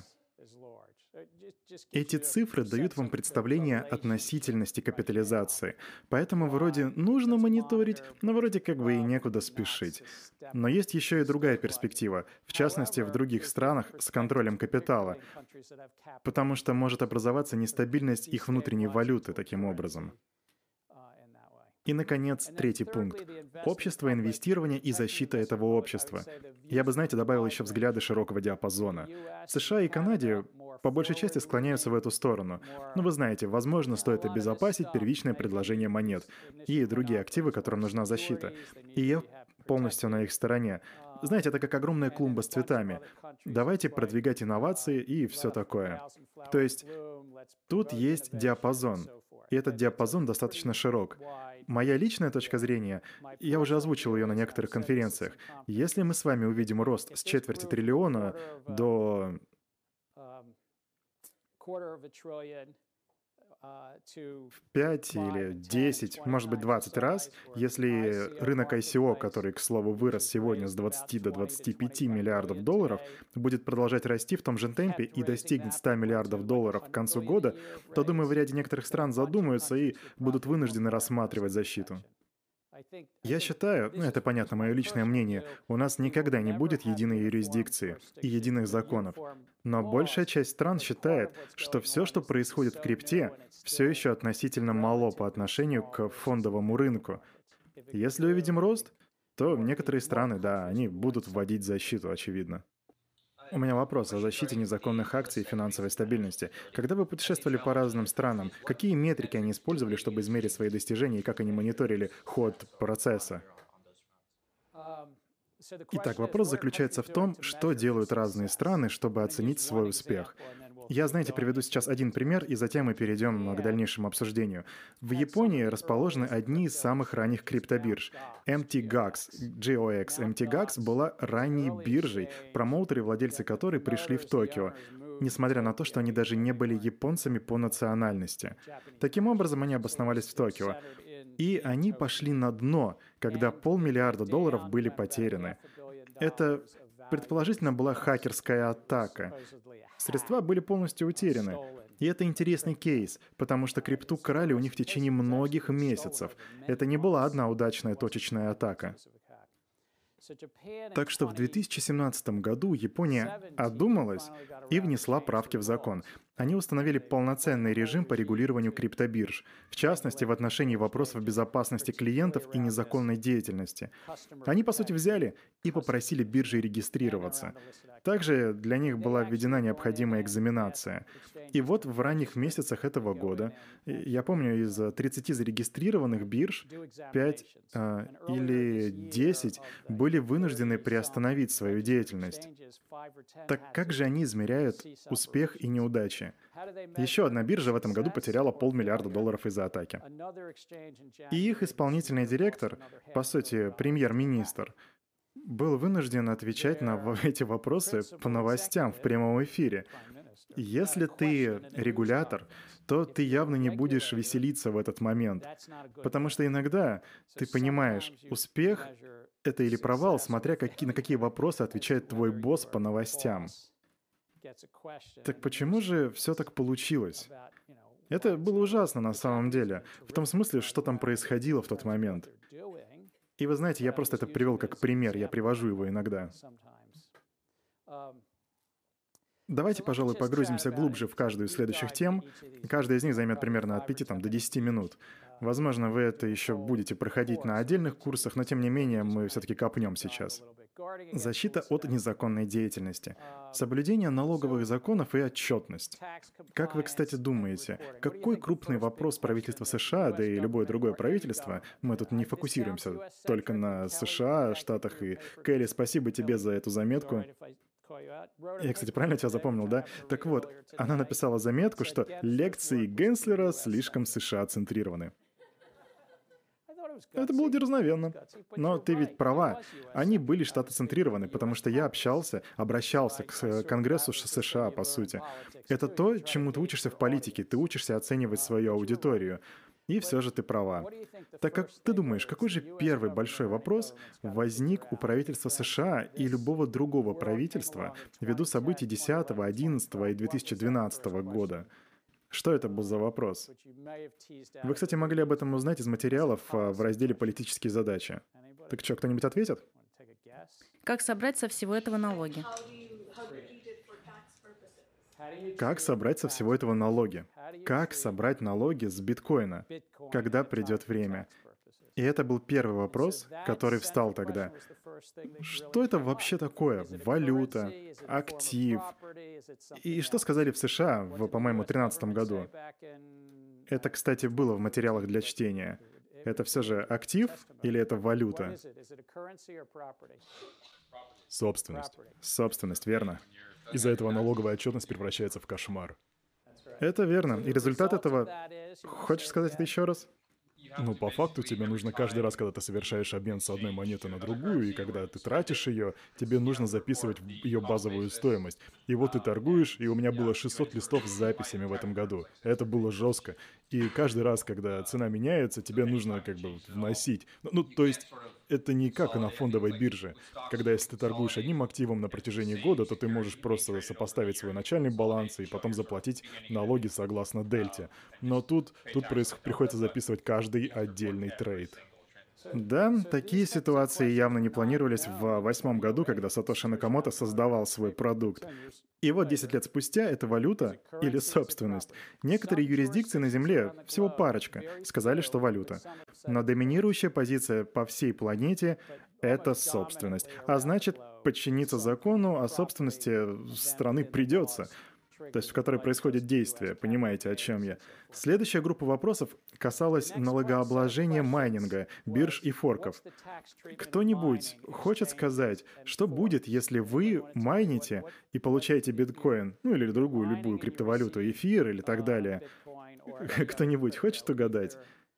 Эти цифры дают вам представление относительности капитализации. Поэтому вроде нужно мониторить, но вроде как бы и некуда спешить. Но есть еще и другая перспектива, в частности, в других странах с контролем капитала, потому что может образоваться нестабильность их внутренней валюты таким образом. И, наконец, третий пункт. Общество инвестирования и защита этого общества. Я бы, знаете, добавил еще взгляды широкого диапазона. В США и Канаде по большей части склоняются в эту сторону. Но вы знаете, возможно, стоит обезопасить первичное предложение монет и другие активы, которым нужна защита. И я полностью на их стороне. Знаете, это как огромная клумба с цветами. Давайте продвигать инновации и все такое. То есть тут есть диапазон. И этот диапазон достаточно широк. Моя личная точка зрения, я уже озвучил ее на некоторых конференциях, если мы с вами увидим рост с четверти триллиона до в пять или десять, может быть, двадцать раз, если рынок ай си о, который, к слову, вырос сегодня с двадцати до двадцати пяти миллиардов долларов, будет продолжать расти в том же темпе и достигнет ста миллиардов долларов к концу года, то, думаю, в ряде некоторых стран задумаются и будут вынуждены рассматривать защиту. Я считаю, ну это понятно, мое личное мнение, у нас никогда не будет единой юрисдикции и единых законов. Но большая часть стран считает, что все, что происходит в крипте, все еще относительно мало по отношению к фондовому рынку. Если увидим рост, то некоторые страны, да, они будут вводить защиту, очевидно. У меня вопрос о защите незаконных акций и финансовой стабильности. Когда вы путешествовали по разным странам, какие метрики они использовали, чтобы измерить свои достижения, и как они мониторили ход процесса? Итак, вопрос заключается в том, что делают разные страны, чтобы оценить свой успех. Я, знаете, приведу сейчас один пример, и затем мы перейдем к дальнейшему обсуждению. В Японии расположены одни из самых ранних криптобирж. эм ти гакс, джи о экс. эм ти гакс была ранней биржей, промоутеры и владельцы которой пришли в Токио, несмотря на то, что они даже не были японцами по национальности. Таким образом, они обосновались в Токио. И они пошли на дно, когда полмиллиарда долларов были потеряны. Это, предположительно, была хакерская атака. Средства были полностью утеряны. И это интересный кейс, потому что крипту крали у них в течение многих месяцев. Это не была одна удачная точечная атака. Так что в две тысячи семнадцатом году Япония одумалась и внесла правки в закон. Они установили полноценный режим по регулированию криптобирж, в частности, в отношении вопросов безопасности клиентов и незаконной деятельности. Они, по сути, взяли и попросили биржи регистрироваться. Также для них была введена необходимая экзаменация. И вот в ранних месяцах этого года, я помню, из тридцати зарегистрированных бирж пять а, или десять были вынуждены приостановить свою деятельность. Так как же они измеряют успех и неудачи? Еще одна биржа в этом году потеряла полмиллиарда долларов из-за атаки. И их исполнительный директор, по сути, премьер-министр, был вынужден отвечать на эти вопросы по новостям в прямом эфире. Если ты регулятор, то ты явно не будешь веселиться в этот момент. Потому что иногда ты понимаешь, успех — это или провал, смотря какие, на какие вопросы отвечает твой босс по новостям. Так почему же все так получилось? Это было ужасно на самом деле, в том смысле, что там происходило в тот момент. И вы знаете, я просто это привел как пример, я привожу его иногда. Давайте, пожалуй, погрузимся глубже в каждую из следующих тем. Каждая из них займет примерно от пяти там, до десяти минут. Возможно, вы это еще будете проходить на отдельных курсах, но тем не менее мы все-таки копнем сейчас. Защита от незаконной деятельности. Соблюдение налоговых законов и отчетность. Как вы, кстати, думаете, какой крупный вопрос правительства США, да и любое другое правительство, мы тут не фокусируемся только на США, Штатах и... Келли, спасибо тебе за эту заметку. Я, кстати, правильно тебя запомнил, да? Так вот, она написала заметку, что лекции Генслера слишком США-центрированы. Это было дерзновенно. Но ты ведь права. Они были штатоцентрированы, потому что я общался, обращался к Конгрессу США, по сути. Это то, чему ты учишься в политике. Ты учишься оценивать свою аудиторию. И все же ты права. Так как ты думаешь, какой же первый большой вопрос возник у правительства США и любого другого правительства ввиду событий десятого, одиннадцатого и две тысячи двенадцатого года? Что это был за вопрос? Вы, кстати, могли об этом узнать из материалов в разделе «Политические задачи». Так что, кто-нибудь ответит? Как собрать со всего этого налоги? Как собрать со всего этого налоги? Как собрать налоги с биткоина? Когда придет время? И это был первый вопрос, который встал тогда. Что это вообще такое? Валюта, актив. И что сказали в США в, по-моему, две тысячи тринадцатом году? Это, кстати, было в материалах для чтения. Это все же актив или это валюта? Собственность. Собственность, верно. Из-за этого налоговая отчетность превращается в кошмар. Это верно. И результат этого... Хочешь сказать это еще раз? Ну, по факту тебе нужно каждый раз, когда ты совершаешь обмен с одной монеты на другую, и когда ты тратишь ее, тебе нужно записывать ее базовую стоимость. И вот ты торгуешь, и у меня было шестьсот листов с записями в этом году. Это было жестко. И каждый раз, когда цена меняется, тебе нужно как бы вносить. Ну, ну, то есть, это не как на фондовой бирже. Когда если ты торгуешь одним активом на протяжении года, то ты можешь просто сопоставить свой начальный баланс и потом заплатить налоги согласно дельте. Но тут, тут проис- приходится записывать каждый отдельный трейд. Да, такие ситуации явно не планировались в восьмом году, когда Сатоши Накамото создавал свой продукт. И вот десять лет спустя эта валюта или собственность. Некоторые юрисдикции на Земле, всего парочка, сказали, что валюта. Но доминирующая позиция по всей планете — это собственность. А значит, подчиниться закону о собственности страны придется. То есть в которой происходит действие, понимаете, о чем я. Следующая группа вопросов касалась налогообложения майнинга, бирж и форков. Кто-нибудь хочет сказать, что будет, если вы майните и получаете биткоин, ну или другую любую криптовалюту, эфир или так далее? Кто-нибудь хочет угадать?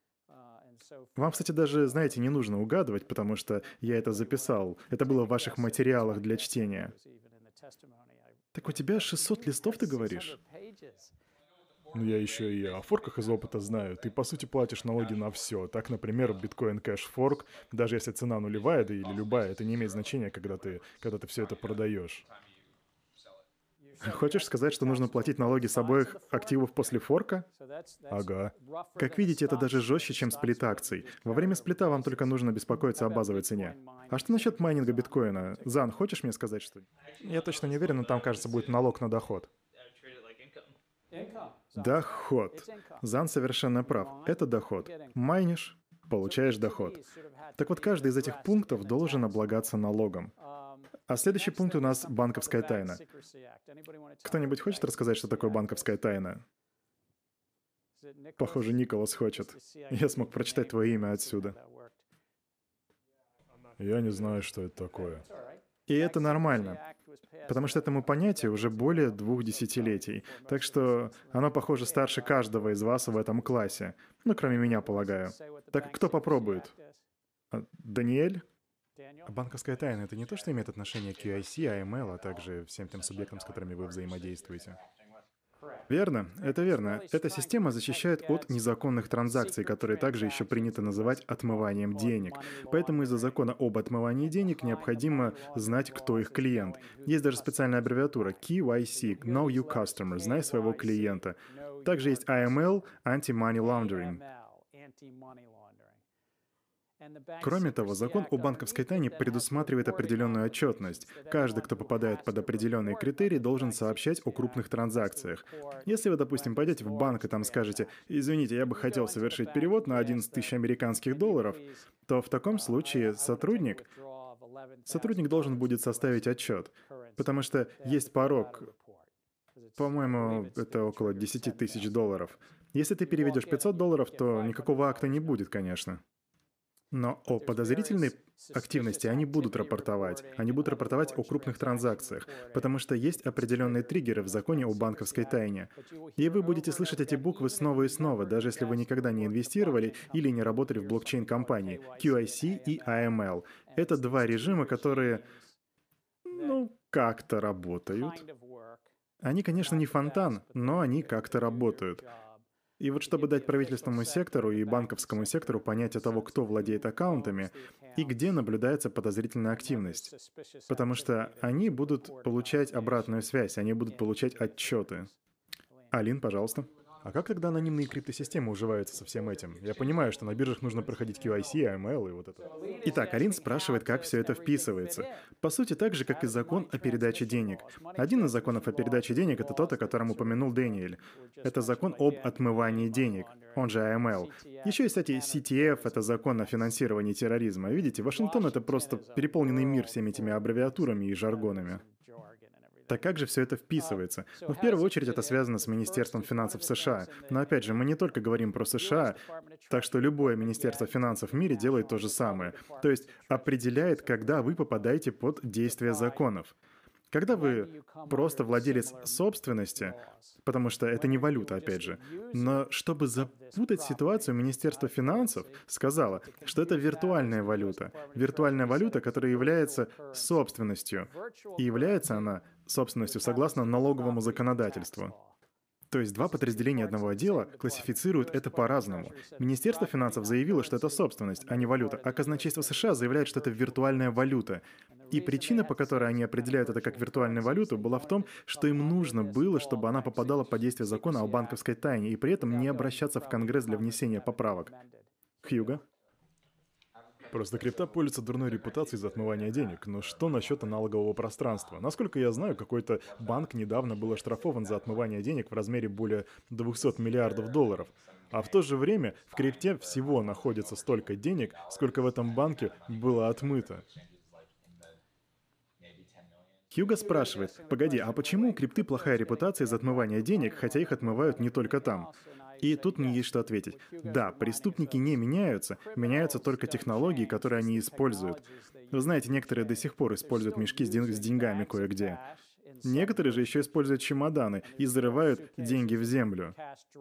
Вам, кстати, даже, знаете, не нужно угадывать, потому что я это записал. Это было в ваших материалах для чтения. Так у тебя шестьсот листов, ты говоришь? Ну, я еще и о форках из опыта знаю. Ты, по сути, платишь налоги на все. Так, например, биткоин кэш форк, даже если цена нулевая, да или любая, это не имеет значения, когда ты, когда ты все это продаешь. Хочешь сказать, что нужно платить налоги с обоих активов после форка? Ага. Как видите, это даже жестче, чем сплит акций. Во время сплита вам только нужно беспокоиться о базовой цене. А что насчет майнинга биткоина? Зан, хочешь мне сказать, что... Я точно не уверен, но там, кажется, будет налог на доход. Доход. Зан совершенно прав. Это доход. Майнишь, получаешь доход. Так вот, каждый из этих пунктов должен облагаться налогом. А следующий пункт у нас — банковская тайна. Кто-нибудь хочет рассказать, что такое банковская тайна? Похоже, Николас хочет. Я смог прочитать твое имя отсюда. Я не знаю, что это такое. И это нормально, потому что этому понятию уже более двух десятилетий. Так что оно, похоже, старше каждого из вас в этом классе. Ну, кроме меня, полагаю. Так кто попробует? А, Даниэль? А банковская тайна — это не то, что имеет отношение к кью ай си, эй эм эл, а также всем тем субъектам, с которыми вы взаимодействуете? Верно, это верно. Эта система защищает от незаконных транзакций, которые также еще принято называть отмыванием денег. Поэтому из-за закона об отмывании денег необходимо знать, кто их клиент. Есть даже специальная аббревиатура кью ай си — Know Your Customer — знай своего клиента. Также есть эй эм эл — Anti-Money Laundering. Кроме того, закон о банковской тайне предусматривает определенную отчетность. Каждый, кто попадает под определенные критерии, должен сообщать о крупных транзакциях. Если вы, допустим, пойдете в банк и там скажете: «Извините, я бы хотел совершить перевод на одиннадцать тысяч американских долларов», то в таком случае сотрудник, сотрудник должен будет составить отчет, потому что есть порог, по-моему, это около десять тысяч долларов. Если ты переведешь пятьсот долларов, то никакого акта не будет, конечно. Но о подозрительной активности они будут рапортовать. Они будут рапортовать о крупных транзакциях, потому что есть определенные триггеры в законе о банковской тайне. И вы будете слышать эти буквы снова и снова, даже если вы никогда не инвестировали или не работали в блокчейн-компании. кью ай си и эй эм эл. Это два режима, которые, ну, как-то работают. Они, конечно, не фонтан, но они как-то работают. И вот чтобы дать правительственному сектору и банковскому сектору понятие того, кто владеет аккаунтами и где наблюдается подозрительная активность. Потому что они будут получать обратную связь, они будут получать отчеты. Алин, пожалуйста. А как тогда анонимные криптосистемы уживаются со всем этим? Я понимаю, что на биржах нужно проходить кью ай си, эй эм эл и вот это. Итак, Алин спрашивает, как все это вписывается. По сути, так же, как и закон о передаче денег. Один из законов о передаче денег — это тот, о котором упомянул Дэниэль. Это закон об отмывании денег, он же эй эм эл. Еще есть, кстати, си ти эф — это закон о финансировании терроризма. Видите, Вашингтон — это просто переполненный мир всеми этими аббревиатурами и жаргонами. Так как же все это вписывается? Ну, в первую очередь, это связано с Министерством финансов США. Но опять же, мы не только говорим про США, так что любое Министерство финансов в мире делает то же самое. То есть определяет, когда вы попадаете под действие законов. Когда вы просто владелец собственности, потому что это не валюта, опять же, но чтобы запутать ситуацию, Министерство финансов сказало, что это виртуальная валюта. Виртуальная валюта, которая является собственностью. И является она собственностью согласно налоговому законодательству. То есть два подразделения одного отдела классифицируют это по-разному. Министерство финансов заявило, что это собственность, а не валюта, а казначейство США заявляет, что это виртуальная валюта. И причина, по которой они определяют это как виртуальную валюту, была в том, что им нужно было, чтобы она попадала под действие закона о банковской тайне, и при этом не обращаться в Конгресс для внесения поправок. Хьюго? Просто крипта пользуется дурной репутацией за отмывание денег. Но что насчет аналогового пространства? Насколько я знаю, какой-то банк недавно был оштрафован за отмывание денег в размере более двухсот миллиардов долларов. А в то же время в крипте всего находится столько денег, сколько в этом банке было отмыто. Хьюго спрашивает: погоди, а почему у крипты плохая репутация из-за отмывания денег, хотя их отмывают не только там? И тут мне есть что ответить. Да, преступники не меняются, меняются только технологии, которые они используют. Вы знаете, некоторые до сих пор используют мешки с, ден- с деньгами кое-где. Некоторые же еще используют чемоданы и зарывают деньги в землю.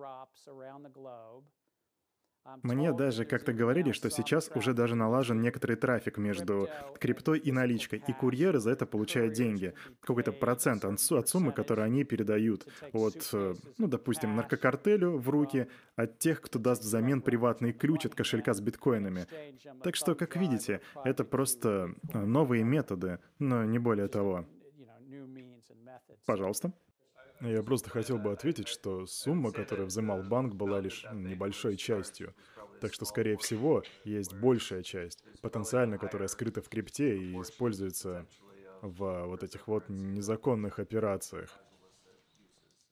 Мне даже как-то говорили, что сейчас уже даже налажен некоторый трафик между криптой и наличкой, и курьеры за это получают деньги. Какой-то процент от су- от суммы, которую они передают от, э, ну, допустим, наркокартелю в руки, от тех, кто даст взамен приватный ключ от кошелька с биткоинами. Так что, как видите, это просто э, новые методы, но не более того. Пожалуйста. Я просто хотел бы ответить, что сумма, которую взимал банк, была лишь небольшой частью. Так что, скорее всего, есть большая часть, потенциально, которая скрыта в крипте и используется в вот этих вот незаконных операциях.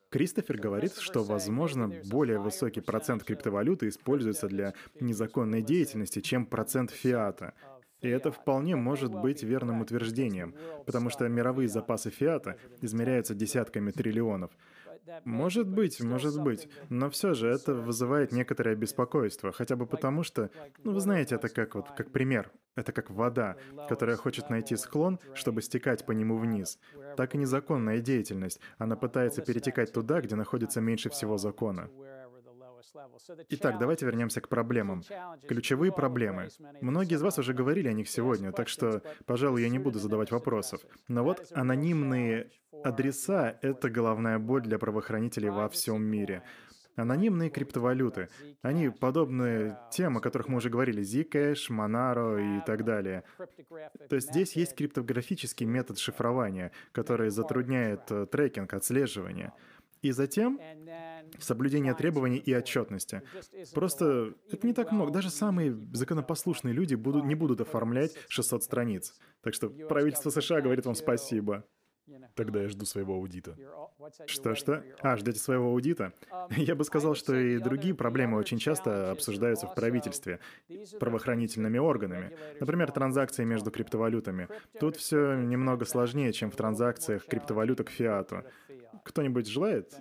Кристофер говорит, что, возможно, более высокий процент криптовалюты используется для незаконной деятельности, чем процент фиата. И это вполне может быть верным утверждением, потому что мировые запасы фиата измеряются десятками триллионов. Может быть, может быть, но все же это вызывает некоторое беспокойство, хотя бы потому что, ну вы знаете, это как вот, как пример, это как вода, которая хочет найти склон, чтобы стекать по нему вниз. Так и незаконная деятельность, она пытается перетекать туда, где находится меньше всего закона. Итак, давайте вернемся к проблемам. Ключевые проблемы. Многие из вас уже говорили о них сегодня, так что, пожалуй, я не буду задавать вопросов. Но вот анонимные адреса — это головная боль для правоохранителей во всем мире. Анонимные криптовалюты. Они подобны тем, о которых мы уже говорили, Zcash, Monero и так далее. То есть здесь есть криптографический метод шифрования, который затрудняет э, трекинг, отслеживание. И затем соблюдение требований и отчетности. Просто это не так много. Даже самые законопослушные люди будут, не будут оформлять шестьсот страниц. Так что правительство США говорит вам спасибо. Тогда я жду своего аудита. Что-что? А, ждете своего аудита? Я бы сказал, что и другие проблемы очень часто обсуждаются в правительстве, правоохранительными органами. Например, транзакции между криптовалютами. Тут все немного сложнее, чем в транзакциях криптовалюты к фиату. Кто-нибудь желает?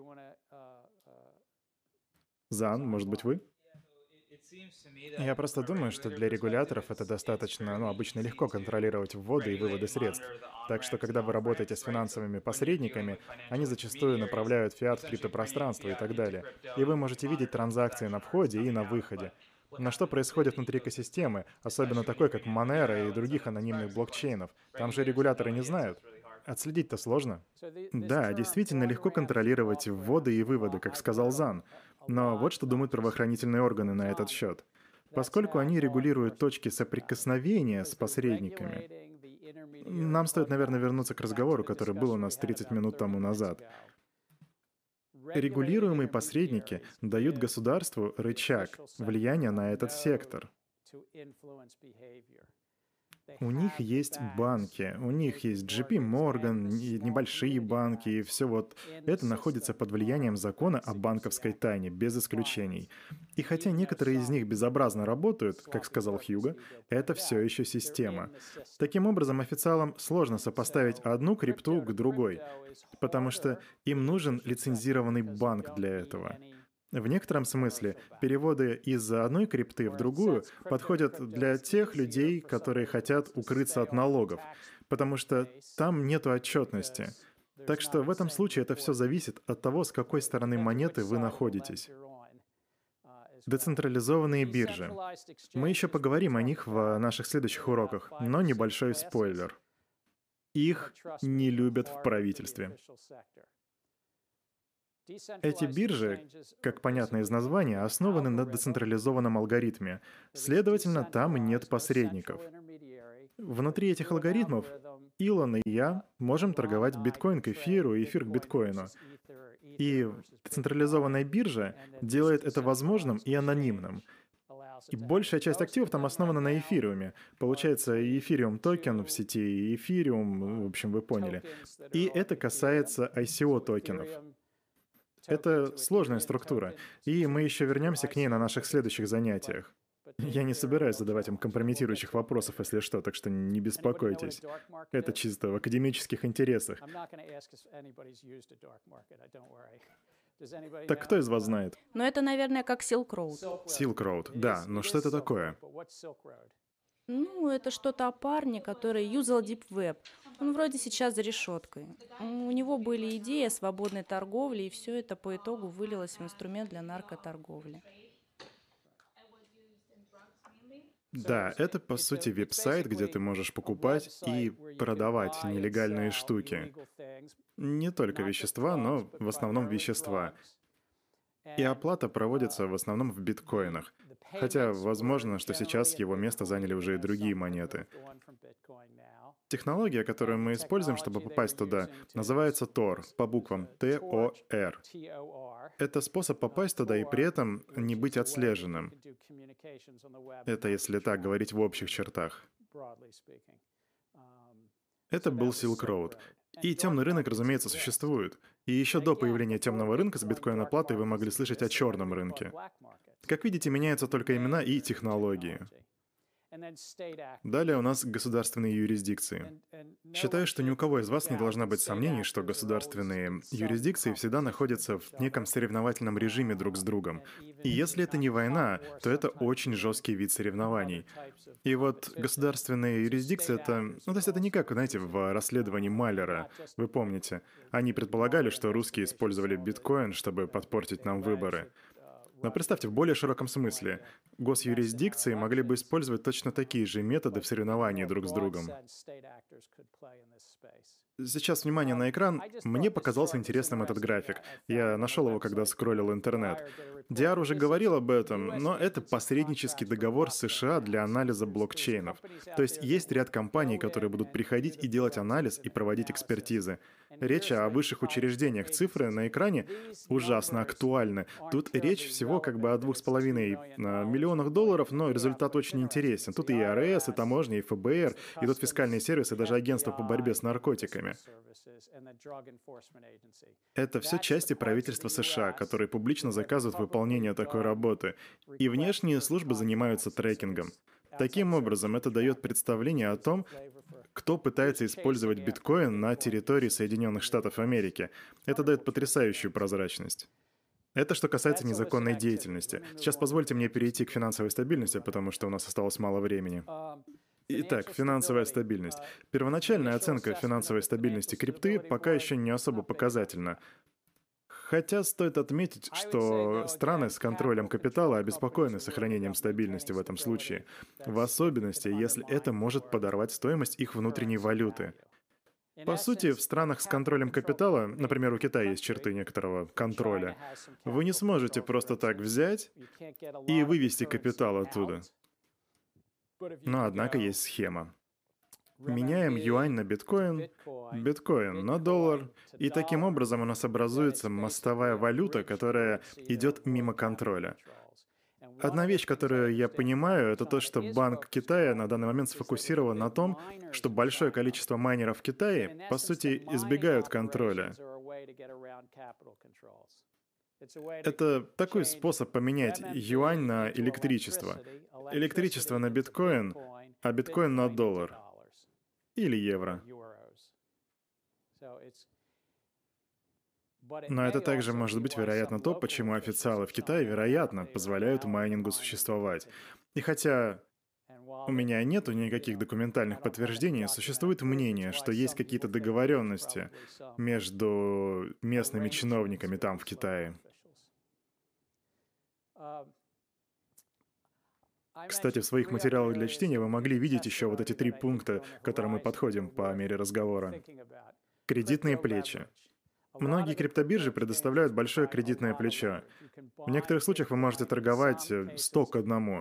Зан, может быть, вы? Я просто думаю, что для регуляторов это достаточно, ну, обычно легко контролировать вводы и выводы средств. Так что, когда вы работаете с финансовыми посредниками, они зачастую направляют фиат в криптопространство и так далее. И вы можете видеть транзакции на входе и на выходе. Но что происходит внутри экосистемы, особенно такой, как Monero и других анонимных блокчейнов? Там же регуляторы не знают. Отследить-то сложно. Да, действительно легко контролировать вводы и выводы, как сказал Зан. Но вот что думают правоохранительные органы на этот счет. Поскольку они регулируют точки соприкосновения с посредниками, нам стоит, наверное, вернуться к разговору, который был у нас тридцать минут тому назад. Регулируемые посредники дают государству рычаг влияния на этот сектор. У них есть банки, у них есть джей пи Morgan, и небольшие банки, и все вот это находится под влиянием закона о банковской тайне, без исключений. И хотя некоторые из них безобразно работают, как сказал Хьюго, это все еще система. Таким образом, официалам сложно сопоставить одну крипту к другой, потому что им нужен лицензированный банк для этого. В некотором смысле переводы из одной крипты в другую подходят для тех людей, которые хотят укрыться от налогов, потому что там нету отчетности. Так что в этом случае это все зависит от того, с какой стороны монеты вы находитесь. Децентрализованные биржи. Мы еще поговорим о них в наших следующих уроках, но небольшой спойлер. Их не любят в правительстве. Эти биржи, как понятно из названия, основаны на децентрализованном алгоритме. Следовательно, там нет посредников. Внутри этих алгоритмов Илон и я можем торговать биткоин к эфиру и эфир к биткоину. И децентрализованная биржа делает это возможным и анонимным. И большая часть активов там основана на эфириуме. Получается, и эфириум токен в сети, и эфириум, в общем, вы поняли. И это касается ай си о токенов. Это сложная структура, и мы еще вернемся к ней на наших следующих занятиях. Я не собираюсь задавать им компрометирующих вопросов, если что, так что не беспокойтесь. Это чисто в академических интересах. Так кто из вас знает? Но это, наверное, как Silk Road. Silk Road, да, но что это такое? Ну, это что-то о парне, который юзал Deep Web. Он вроде сейчас за решеткой. У него были идеи о свободной торговле, и все это по итогу вылилось в инструмент для наркоторговли. Да, это по сути веб-сайт, где ты можешь покупать и продавать нелегальные штуки. Не только вещества, но в основном вещества. И оплата проводится в основном в биткоинах. Хотя, возможно, что сейчас его место заняли уже и другие монеты. Технология, которую мы используем, чтобы попасть туда, называется тор, по буквам Т О Р. Это способ попасть туда и при этом не быть отслеженным. Это если так говорить в общих чертах. Это был Silk Road. И темный рынок, разумеется, существует. И еще до появления темного рынка с биткоин-оплатой вы могли слышать о черном рынке. Как видите, меняются только имена и технологии. Далее у нас государственные юрисдикции. Считаю, что ни у кого из вас не должно быть сомнений, что государственные юрисдикции всегда находятся в неком соревновательном режиме друг с другом. И если это не война, то это очень жесткий вид соревнований. И вот государственные юрисдикции — это... Ну, то есть это не как, знаете, в расследовании Маллера. Вы помните, они предполагали, что русские использовали биткоин, чтобы подпортить нам выборы. Но представьте, в более широком смысле, госюрисдикции могли бы использовать точно такие же методы в соревновании друг с другом. Сейчас внимание на экран. Мне показался интересным этот график. Я нашел его, когда скроллил интернет. ди ар уже говорил об этом, но это посреднический договор США для анализа блокчейнов. То есть есть ряд компаний, которые будут приходить и делать анализ и проводить экспертизы. Речь о высших учреждениях. Цифры на экране ужасно актуальны. Тут речь всего как бы о двух с половиной миллионах долларов, но результат очень интересен. Тут и эр эс, и таможня, и эф бэ эр, и тут фискальные сервисы, и даже агентство по борьбе с наркотиками. Это все части правительства США, которые публично заказывают выполнение такой работы. И внешние службы занимаются трекингом. Таким образом, это дает представление о том, кто пытается использовать биткоин на территории Соединенных Штатов Америки. Это дает потрясающую прозрачность. Это что касается незаконной деятельности. Сейчас позвольте мне перейти к финансовой стабильности, потому что у нас осталось мало времени. Итак, финансовая стабильность. Первоначальная оценка финансовой стабильности крипты пока еще не особо показательна. Хотя стоит отметить, что страны с контролем капитала обеспокоены сохранением стабильности в этом случае, в особенности, если это может подорвать стоимость их внутренней валюты. По сути, в странах с контролем капитала, например, у Китая есть черты некоторого контроля, вы не сможете просто так взять и вывести капитал оттуда. Но, однако, есть схема. Меняем юань на биткоин, биткоин на доллар, и таким образом у нас образуется мостовая валюта, которая идет мимо контроля. Одна вещь, которую я понимаю, это то, что Банк Китая на данный момент сфокусирован на том, что большое количество майнеров в Китае, по сути, избегают контроля. Это такой способ поменять юань на электричество. Электричество на биткоин, а биткоин на доллар. Или евро. Но это также может быть, вероятно, то, почему официалы в Китае, вероятно, позволяют майнингу существовать. И хотя у меня нету никаких документальных подтверждений, существует мнение, что есть какие-то договоренности между местными чиновниками там, в Китае. Кстати, в своих материалах для чтения вы могли видеть еще вот эти три пункта, к которым мы подходим по мере разговора. Кредитные плечи. Многие криптобиржи предоставляют большое кредитное плечо. В некоторых случаях вы можете торговать сто к одному.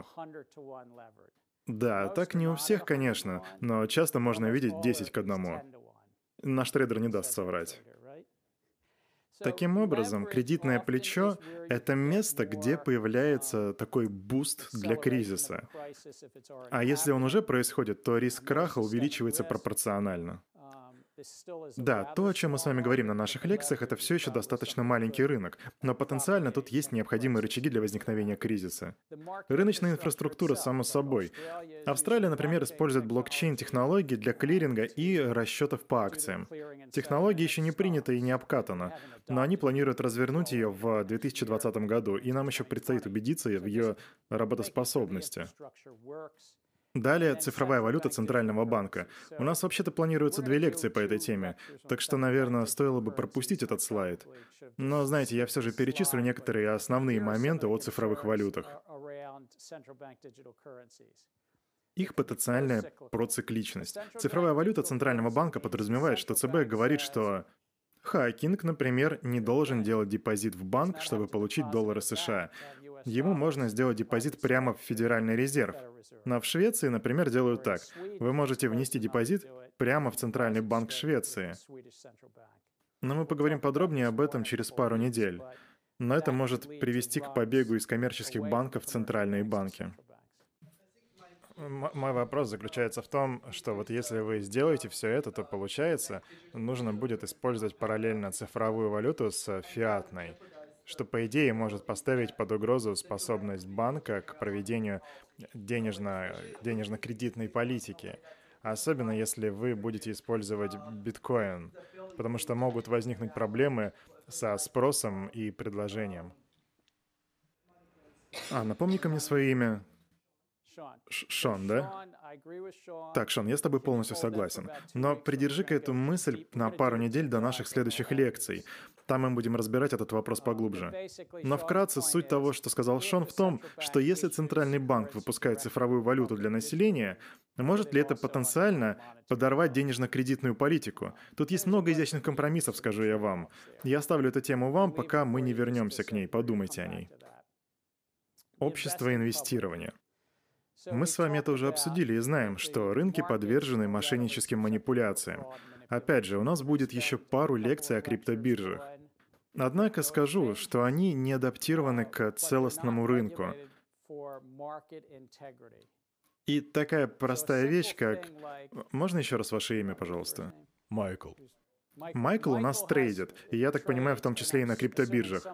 Да, так не у всех, конечно, но часто можно видеть десять к одному. Наш трейдер не даст соврать. Таким образом, кредитное плечо — это место, где появляется такой буст для кризиса. А если он уже происходит, то риск краха увеличивается пропорционально. Да, то, о чем мы с вами говорим на наших лекциях, это все еще достаточно маленький рынок, но потенциально тут есть необходимые рычаги для возникновения кризиса. Рыночная инфраструктура, само собой. Австралия, например, использует блокчейн-технологии для клиринга и расчетов по акциям. Технология еще не принята и не обкатана, но они планируют развернуть ее в две тысячи двадцатом году, и нам еще предстоит убедиться в ее работоспособности. Далее, цифровая валюта Центрального банка. У нас вообще-то планируются две лекции по этой теме, так что, наверное, стоило бы пропустить этот слайд. Но, знаете, я все же перечислю некоторые основные моменты о цифровых валютах. Их потенциальная процикличность. Цифровая валюта Центрального банка подразумевает, что ЦБ говорит, что хакинг, например, не должен делать депозит в банк, чтобы получить доллары США. Ему можно сделать депозит прямо в Федеральный резерв. Но в Швеции, например, делают так. Вы можете внести депозит прямо в Центральный банк Швеции. Но мы поговорим подробнее об этом через пару недель. Но это может привести к побегу из коммерческих банков в центральные банки. М- Мой вопрос заключается в том, что вот если вы сделаете все это, то получается, нужно будет использовать параллельно цифровую валюту с фиатной, что, по идее, может поставить под угрозу способность банка к проведению денежно, денежно-кредитной политики. Особенно если вы будете использовать биткоин, потому что могут возникнуть проблемы со спросом и предложением. А, напомни-ка мне свое имя. Ш- Шон, да? Так, Шон, я с тобой полностью согласен. Но придержи-ка эту мысль на пару недель до наших следующих лекций. Там мы будем разбирать этот вопрос поглубже. Но вкратце суть того, что сказал Шон, в том, что если Центральный банк выпускает цифровую валюту для населения, может ли это потенциально подорвать денежно-кредитную политику? Тут есть много изящных компромиссов, скажу я вам. Я оставлю эту тему вам, пока мы не вернемся к ней. Подумайте о ней. Общество инвестирования. Мы с вами это уже обсудили и знаем, что рынки подвержены мошенническим манипуляциям. Опять же, у нас будет еще пару лекций о криптобиржах. Однако скажу, что они не адаптированы к целостному рынку. И такая простая вещь, как... Можно еще раз ваше имя, пожалуйста? Майкл. Майкл у нас трейдит, и я так понимаю, в том числе и на криптобиржах.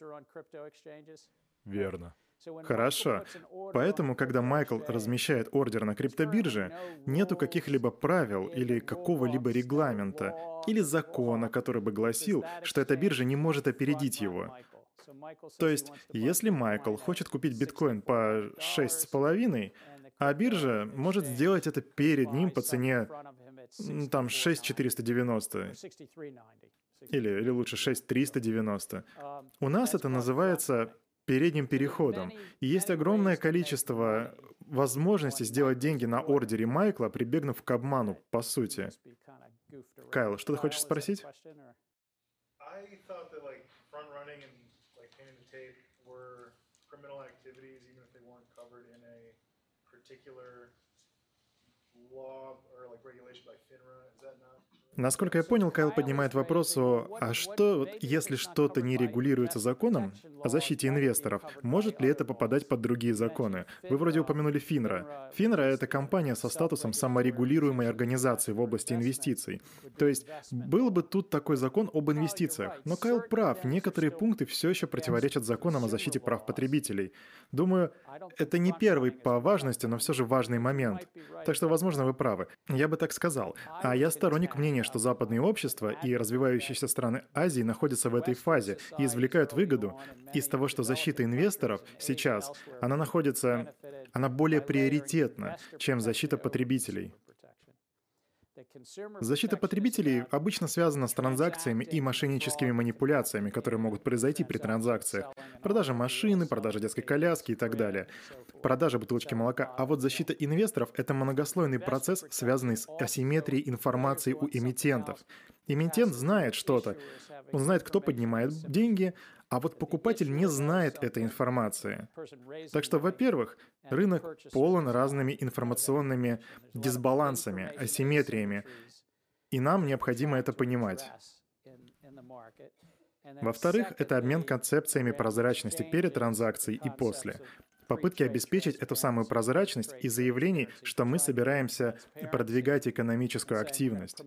Верно. Хорошо. Поэтому, когда Майкл размещает ордер на криптобирже, нету каких-либо правил или какого-либо регламента или закона, который бы гласил, что эта биржа не может опередить его. То есть, если Майкл хочет купить биткоин по шесть с половиной, а биржа может сделать это перед ним по цене м, там шесть четыреста девяносто или, или лучше шесть триста девяносто. У нас это называется передним переходом. И есть огромное количество возможностей сделать деньги на ордере Майкла, прибегнув к обману, по сути. Кайл, что ты хочешь спросить? I thought that like front running and like painting the tape were criminal activities, even if they weren't covered in a particular law or like regulation by FINRA. Is that not? Насколько я понял, Кайл поднимает вопрос о, а что, вот если что-то не регулируется законом о защите инвесторов, может ли это попадать под другие законы? Вы вроде упомянули FINRA. FINRA — это компания со статусом саморегулируемой организации в области инвестиций. То есть был бы тут такой закон об инвестициях. Но Кайл прав, некоторые пункты все еще противоречат законам о защите прав потребителей. Думаю, это не первый по важности, но все же важный момент. Так что, возможно, вы правы. Я бы так сказал. А я сторонник мнения, что западные общества и развивающиеся страны Азии находятся в этой фазе и извлекают выгоду из того, что защита инвесторов сейчас, она находится, она более приоритетна, чем защита потребителей. Защита потребителей обычно связана с транзакциями и мошенническими манипуляциями, которые могут произойти при транзакциях. Продажа машины, продажа детской коляски и так далее. Продажа бутылочки молока. А вот защита инвесторов — это многослойный процесс, связанный с асимметрией информации у эмитентов. Эмитент знает что-то. Он знает, кто поднимает деньги, а вот покупатель не знает этой информации. Так что, во-первых, рынок полон разными информационными дисбалансами, асимметриями, и нам необходимо это понимать. Во-вторых, это обмен концепциями прозрачности перед транзакцией и после. Попытки обеспечить эту самую прозрачность и заявлений, что мы собираемся продвигать экономическую активность.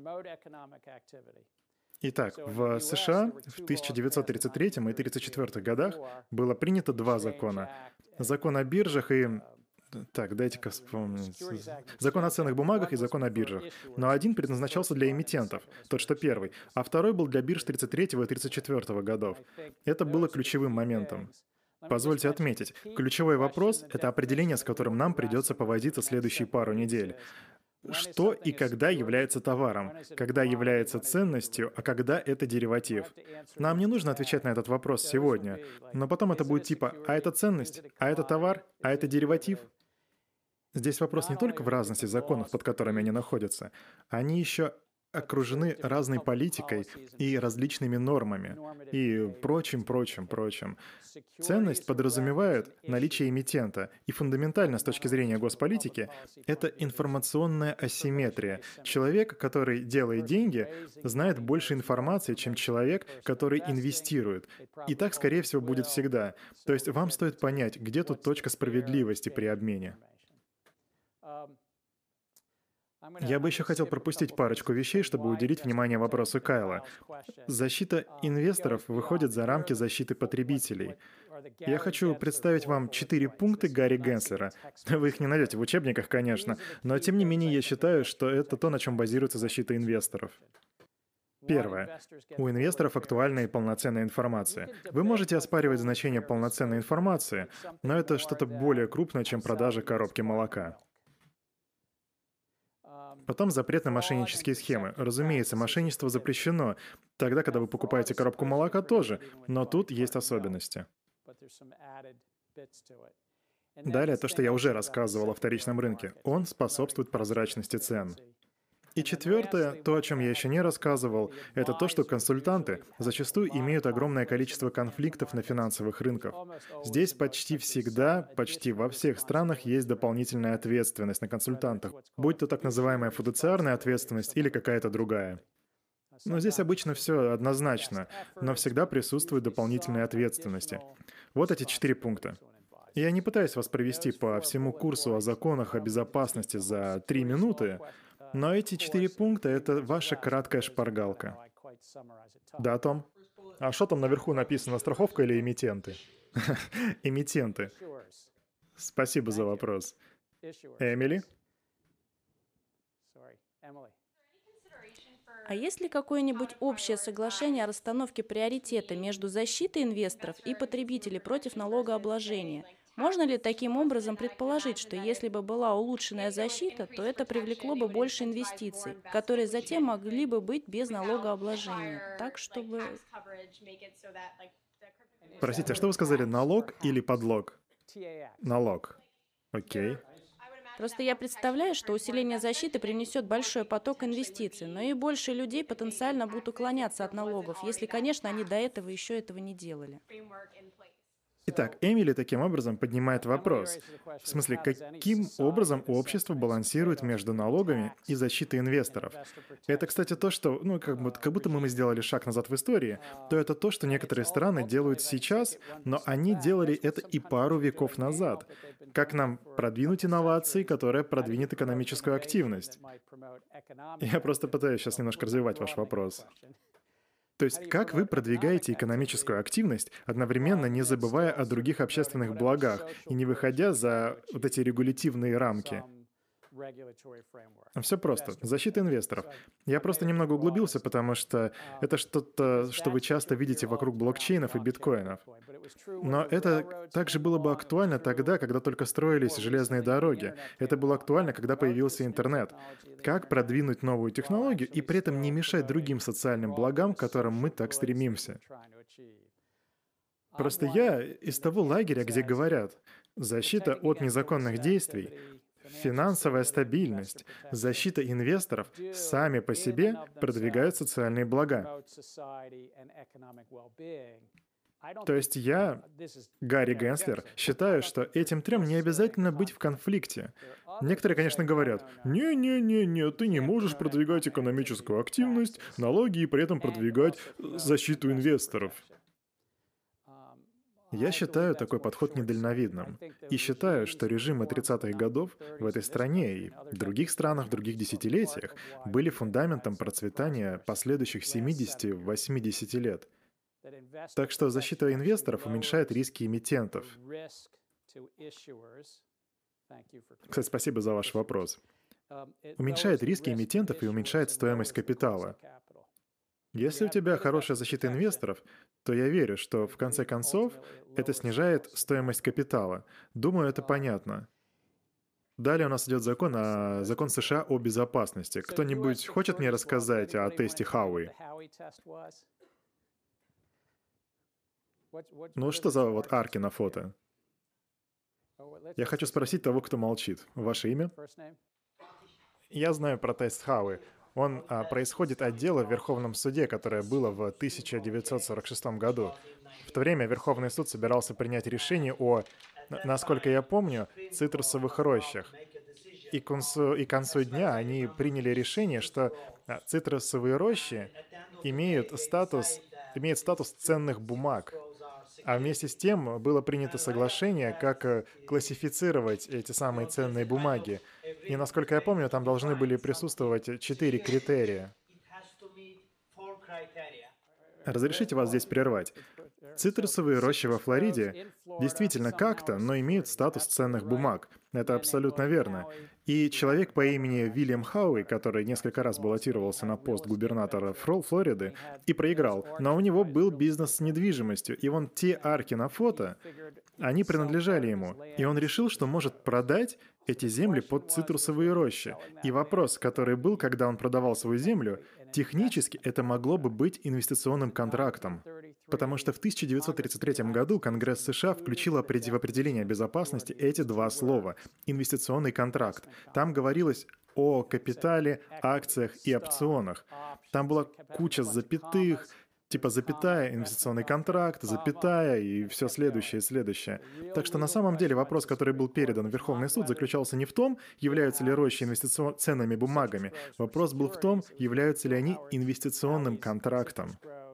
Итак, в США в тысяча девятьсот тридцать третьем и тысяча девятьсот тридцать четвёртом годах было принято два закона. Закон о биржах и... Так, дайте-ка вспомнить. Закон о ценных бумагах и закон о биржах. Но один предназначался для эмитентов, тот, что первый, а второй был для бирж тридцать третьего и тридцать четвёртого годов. Это было ключевым моментом. Позвольте отметить, ключевой вопрос — это определение, с которым нам придется повозиться следующие пару недель. Что и когда является товаром, когда является ценностью, а когда это дериватив. Нам не нужно отвечать на этот вопрос сегодня, но потом это будет типа «а это ценность?», «а это товар?», «а это дериватив?». Здесь вопрос не только в разности законов, под которыми они находятся, они еще окружены разной политикой и различными нормами и прочим, прочим, прочим. Ценность подразумевает наличие эмитента, и фундаментально с точки зрения госполитики это информационная асимметрия. Человек, который делает деньги, знает больше информации, чем человек, который инвестирует. И так, скорее всего, будет всегда. То есть вам стоит понять, где тут точка справедливости при обмене. Я бы еще хотел пропустить парочку вещей, чтобы уделить внимание вопросу Кайла. Защита инвесторов выходит за рамки защиты потребителей. Я хочу представить вам четыре пункта Гарри Генслера. Вы их не найдете в учебниках, конечно, но тем не менее я считаю, что это то, на чем базируется защита инвесторов. Первое. У инвесторов актуальная и полноценная информация. Вы можете оспаривать значение полноценной информации, но это что-то более крупное, чем продажа коробки молока. Потом запрет на мошеннические схемы. Разумеется, мошенничество запрещено. Тогда, когда вы покупаете коробку молока, тоже. Но тут есть особенности. Далее, то, что я уже рассказывал о вторичном рынке. Он способствует прозрачности цен. И четвертое, то, о чем я еще не рассказывал, это то, что консультанты зачастую имеют огромное количество конфликтов на финансовых рынках. Здесь почти всегда, почти во всех странах есть дополнительная ответственность на консультантах, будь то так называемая фидуциарная ответственность или какая-то другая. Но здесь обычно все однозначно, но всегда присутствуют дополнительные ответственности. Вот эти четыре пункта. Я не пытаюсь вас провести по всему курсу о законах о безопасности за три минуты, но эти четыре пункта — это ваша краткая шпаргалка. Да, Том? А что там наверху написано, страховка или эмитенты? Эмитенты. Спасибо за вопрос. Эмили? А есть ли какое-нибудь общее соглашение о расстановке приоритета между защитой инвесторов и потребителей против налогообложения? Можно ли таким образом предположить, что если бы была улучшенная защита, то это привлекло бы больше инвестиций, которые затем могли бы быть без налогообложения? Так, чтобы... Простите, а что вы сказали, налог или подлог? Налог. Окей. Просто я представляю, что усиление защиты принесет большой поток инвестиций, но и больше людей потенциально будут уклоняться от налогов, если, конечно, они до этого еще этого не делали. Итак, Эмили таким образом поднимает вопрос. В смысле, каким образом общество балансирует между налогами и защитой инвесторов? Это, кстати, то, что, ну, как, будто, как будто мы сделали шаг назад в истории, то это то, что некоторые страны делают сейчас, но они делали это и пару веков назад. Как нам продвинуть инновации, которая продвинет экономическую активность? Я просто пытаюсь сейчас немножко развивать ваш вопрос. То есть, как вы продвигаете экономическую активность, одновременно не забывая о других общественных благах и не выходя за вот эти регулятивные рамки? Все просто. Защита инвесторов. Я просто немного углубился, потому что это что-то, что вы часто видите вокруг блокчейнов и биткоинов. Но это также было бы актуально тогда, когда только строились железные дороги. Это было актуально, когда появился интернет. Как продвинуть новую технологию и при этом не мешать другим социальным благам, к которым мы так стремимся? Просто я из того лагеря, где говорят, защита от незаконных действий, финансовая стабильность, защита инвесторов сами по себе продвигают социальные блага. То есть я, Гарри Генслер, считаю, что этим трем не обязательно быть в конфликте. Некоторые, конечно, говорят, «Не-не-не-не, ты не можешь продвигать экономическую активность, налоги и при этом продвигать защиту инвесторов». Я считаю такой подход недальновидным. И считаю, что режимы тридцатых годов в этой стране и в других странах в других десятилетиях были фундаментом процветания последующих семидесяти-восьмидесяти лет. Так что защита инвесторов уменьшает риски эмитентов. Кстати, спасибо за ваш вопрос. Уменьшает риски эмитентов и уменьшает стоимость капитала. Если у тебя хорошая защита инвесторов, то я верю, что в конце концов это снижает стоимость капитала. Думаю, это понятно. Далее у нас идет закон, о, закон США о безопасности. Кто-нибудь хочет мне рассказать о тесте Хауи? Ну что за вот арки на фото? Я хочу спросить того, кто молчит. Ваше имя? Я знаю про тест Хауи. Он а, происходит от дела в Верховном суде, которое было в тысяча девятьсот сорок шестом году. В то время Верховный суд собирался принять решение о, насколько я помню, цитрусовых рощах. И к концу, и к концу дня они приняли решение, что цитрусовые рощи имеют статус, имеют статус ценных бумаг. А вместе с тем было принято соглашение, как классифицировать эти самые ценные бумаги. И насколько я помню, там должны были присутствовать четыре критерия. Разрешите вас здесь прервать. Цитрусовые рощи во Флориде действительно как-то, но имеют статус ценных бумаг. Это абсолютно верно. И человек по имени Вильям Хауи, который несколько раз баллотировался на пост губернатора Фро- Флориды и проиграл, но у него был бизнес с недвижимостью, и вон те арки на фото, они принадлежали ему. И он решил, что может продать эти земли под цитрусовые рощи. И вопрос, который был, когда он продавал свою землю, технически это могло бы быть инвестиционным контрактом. Потому что в тысяча девятьсот тридцать третьем году Конгресс США включил опред- в определение безопасности эти два слова — инвестиционный контракт. Там говорилось о капитале, акциях и опционах. Там была куча запятых, типа запятая, инвестиционный контракт, запятая и все следующее и следующее. Так что на самом деле вопрос, который был передан в Верховный суд, заключался не в том, являются ли рощи инвестицион... ценными бумагами. Вопрос был в том, являются ли они инвестиционным контрактом.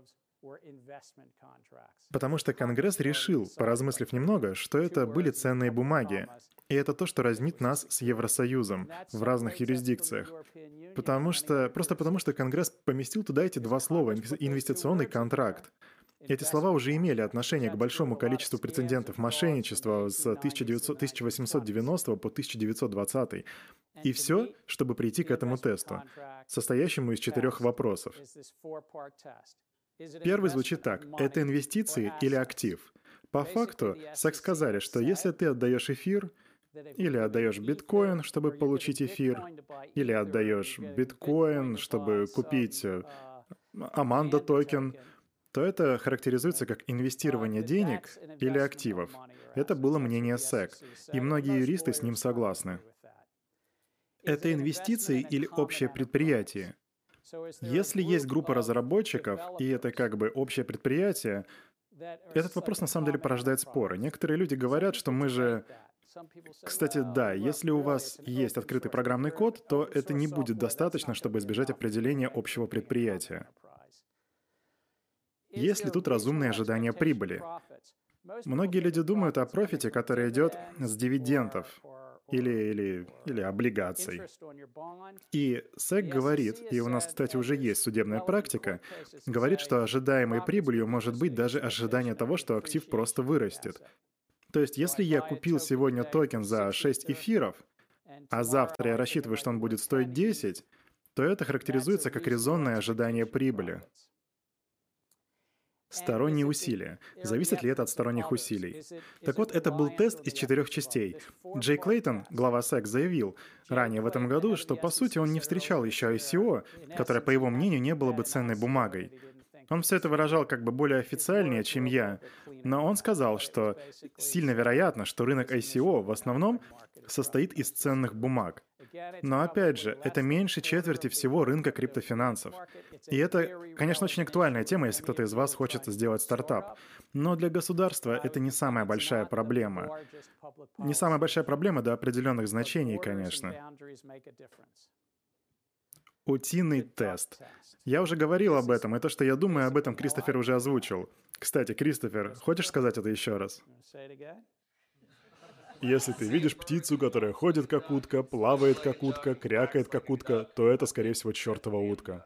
Потому что Конгресс решил, поразмыслив немного, что это были ценные бумаги. И это то, что разнит нас с Евросоюзом в разных юрисдикциях. Потому что, просто потому что Конгресс поместил туда эти два слова — инвестиционный контракт. Эти слова уже имели отношение к большому количеству прецедентов мошенничества с тысяча девятьсот, тысяча восемьсот девяностого по тысяча девятьсот двадцатый. И все, чтобы прийти к этому тесту, состоящему из четырех вопросов. Первый звучит так: это инвестиции или актив? По факту, СЭК сказали, что если ты отдаешь эфир, или отдаешь биткоин, чтобы получить эфир, или отдаешь биткоин, чтобы купить Аманда токен, то это характеризуется как инвестирование денег или активов. Это было мнение СЭК, и многие юристы с ним согласны. Это инвестиции или общее предприятие? Если есть группа разработчиков, и это как бы общее предприятие, этот вопрос на самом деле порождает споры. Некоторые люди говорят, что мы же... Кстати, да, если у вас есть открытый программный код, то это не будет достаточно, чтобы избежать определения общего предприятия. Есть ли тут разумные ожидания прибыли? Многие люди думают о профите, который идет с дивидендов или, или, или облигаций. И СЭК говорит, и у нас, кстати, уже есть судебная практика, говорит, что ожидаемой прибылью может быть даже ожидание того, что актив просто вырастет. То есть, если я купил сегодня токен за шесть эфиров, а завтра я рассчитываю, что он будет стоить десять, то это характеризуется как резонное ожидание прибыли. Сторонние усилия. Зависит ли это от сторонних усилий? Так вот, это был тест из четырех частей. Джей Клейтон, глава СЭК, заявил ранее в этом году, что, по сути, он не встречал еще ай си о, которое, по его мнению, не было бы ценной бумагой. Он все это выражал как бы более официальнее, чем я, но он сказал, что сильно вероятно, что рынок ай си о в основном состоит из ценных бумаг. Но опять же, это меньше четверти всего рынка криптофинансов. И это, конечно, очень актуальная тема, если кто-то из вас хочет сделать стартап. Но для государства это не самая большая проблема. Не самая большая проблема до определенных значений, конечно. Утиный тест. Я уже говорил об этом, и то, что я думаю об этом, Кристофер уже озвучил. Кстати, Кристофер, хочешь сказать это еще раз? Если ты видишь птицу, которая ходит как утка, плавает как утка, крякает как утка, то это, скорее всего, чертова утка.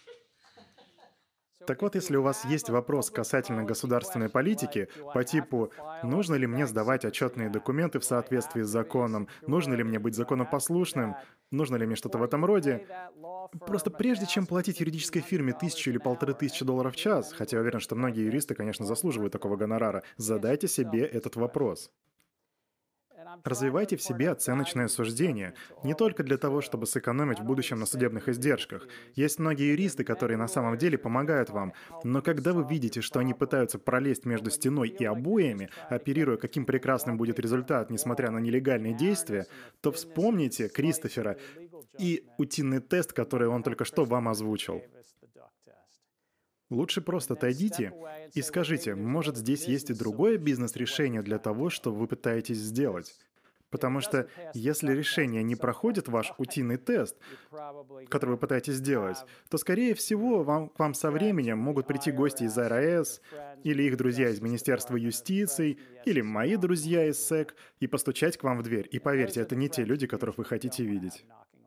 Так вот, если у вас есть вопрос касательно государственной политики, по типу «нужно ли мне сдавать отчетные документы в соответствии с законом?», «нужно ли мне быть законопослушным?», «нужно ли мне что-то в этом роде?», просто прежде чем платить юридической фирме тысячу или полторы тысячи долларов в час, хотя я уверен, что многие юристы, конечно, заслуживают такого гонорара, задайте себе этот вопрос. Развивайте в себе оценочное суждение, не только для того, чтобы сэкономить в будущем на судебных издержках. Есть многие юристы, которые на самом деле помогают вам, но когда вы видите, что они пытаются пролезть между стеной и обоями, оперируя, каким прекрасным будет результат, несмотря на нелегальные действия, то вспомните Кристофера и утиный тест, который он только что вам озвучил. Лучше просто отойдите и скажите, может, здесь есть и другое бизнес-решение для того, что вы пытаетесь сделать. Потому что если решение не проходит ваш утиный тест, который вы пытаетесь сделать, то, скорее всего, вам, к вам со временем могут прийти гости из эр а эс, или их друзья из Министерства юстиции, или мои друзья из сэк, и постучать к вам в дверь. И поверьте, это не те люди, которых вы хотите видеть.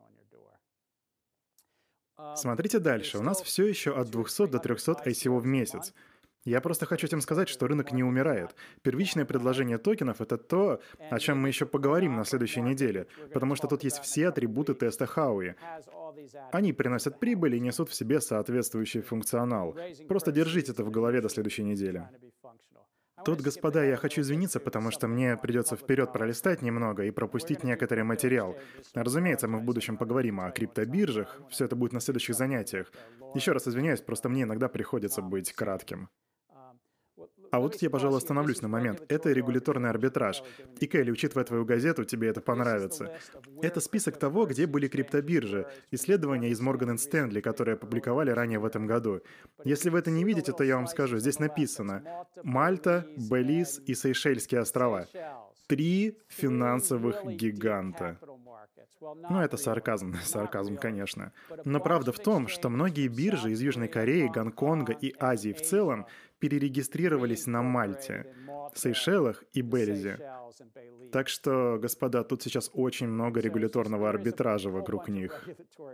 Смотрите дальше. У нас все еще от двухсот до трехсот ай си о в месяц. Я просто хочу этим сказать, что рынок не умирает. Первичное предложение токенов — это то, о чем мы еще поговорим на следующей неделе, потому что тут есть все атрибуты теста Хауи. Они приносят прибыль и несут в себе соответствующий функционал. Просто держите это в голове до следующей недели. Тут, господа, я хочу извиниться, потому что мне придется вперед пролистать немного и пропустить некоторый материал. Разумеется, мы в будущем поговорим о криптобиржах, все это будет на следующих занятиях. Еще раз извиняюсь, просто мне иногда приходится быть кратким. А вот тут я, пожалуй, остановлюсь на момент. Это регуляторный арбитраж. И, Келли, учитывая твою газету, тебе это понравится. Это список того, где были криптобиржи. Исследования из Morgan Stanley, которые опубликовали ранее в этом году. Если вы это не видите, то я вам скажу. Здесь написано Мальта, Белиз и Сейшельские острова. Три финансовых гиганта. Ну, это сарказм, сарказм, конечно. Но правда в том, что многие биржи из Южной Кореи, Гонконга и Азии в целом перерегистрировались на Мальте, Сейшелах и Белизе. Так что, господа, тут сейчас очень много регуляторного арбитража вокруг них.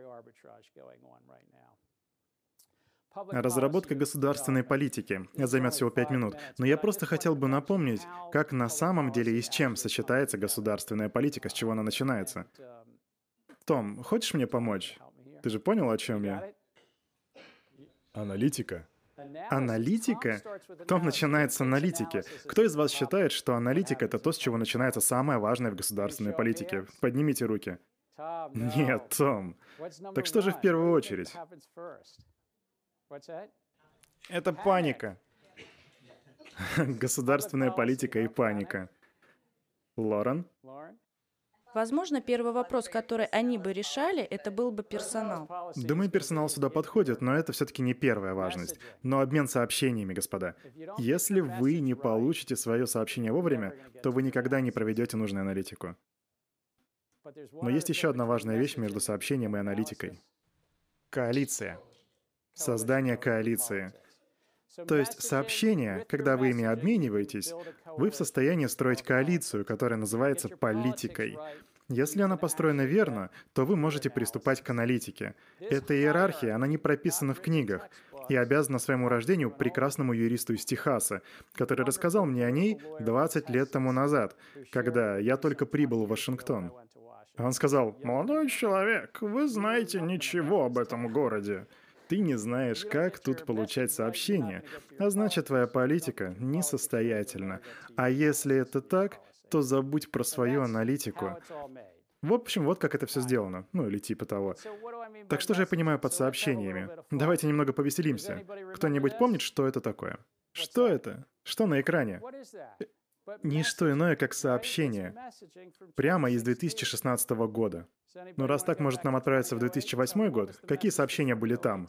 Разработка государственной политики займет всего пять минут, но я просто хотел бы напомнить, как на самом деле и с чем сочетается государственная политика, с чего она начинается. Том, хочешь мне помочь? Ты же понял, о чем я? Аналитика. Аналитика? Том начинает с аналитики. Кто из вас считает, что аналитика — это то, с чего начинается самое важное в государственной политике? Поднимите руки. Нет, Том. Так что же в первую очередь? Это паника. Государственная политика и паника. Лорен? Возможно, первый вопрос, который они бы решали, это был бы персонал. Думаю, персонал сюда подходит, но это все-таки не первая важность. Но обмен сообщениями, господа. Если вы не получите свое сообщение вовремя, то вы никогда не проведете нужную аналитику. Но есть еще одна важная вещь между сообщением и аналитикой. Коалиция. Создание коалиции. То есть сообщения, когда вы ими обмениваетесь, вы в состоянии строить коалицию, которая называется политикой. Если она построена верно, то вы можете приступать к аналитике. Эта иерархия, она не прописана в книгах, и обязана своему рождению прекрасному юристу из Техаса, который рассказал мне о ней двадцать лет тому назад, когда я только прибыл в Вашингтон. Он сказал: «Молодой человек, вы знаете ничего об этом городе. Ты не знаешь, как тут получать сообщения, а значит, твоя политика несостоятельна. А если это так, то забудь про свою аналитику». В общем, вот как это все сделано. Ну, или типа того. Так что же я понимаю под сообщениями? Давайте немного повеселимся. Кто-нибудь помнит, что это такое? Что это? Что на экране? Не что иное, как сообщение. Прямо из две тысячи шестнадцатого года. Ну, раз так, может, нам отправиться в две тысячи восьмой год? Какие сообщения были там?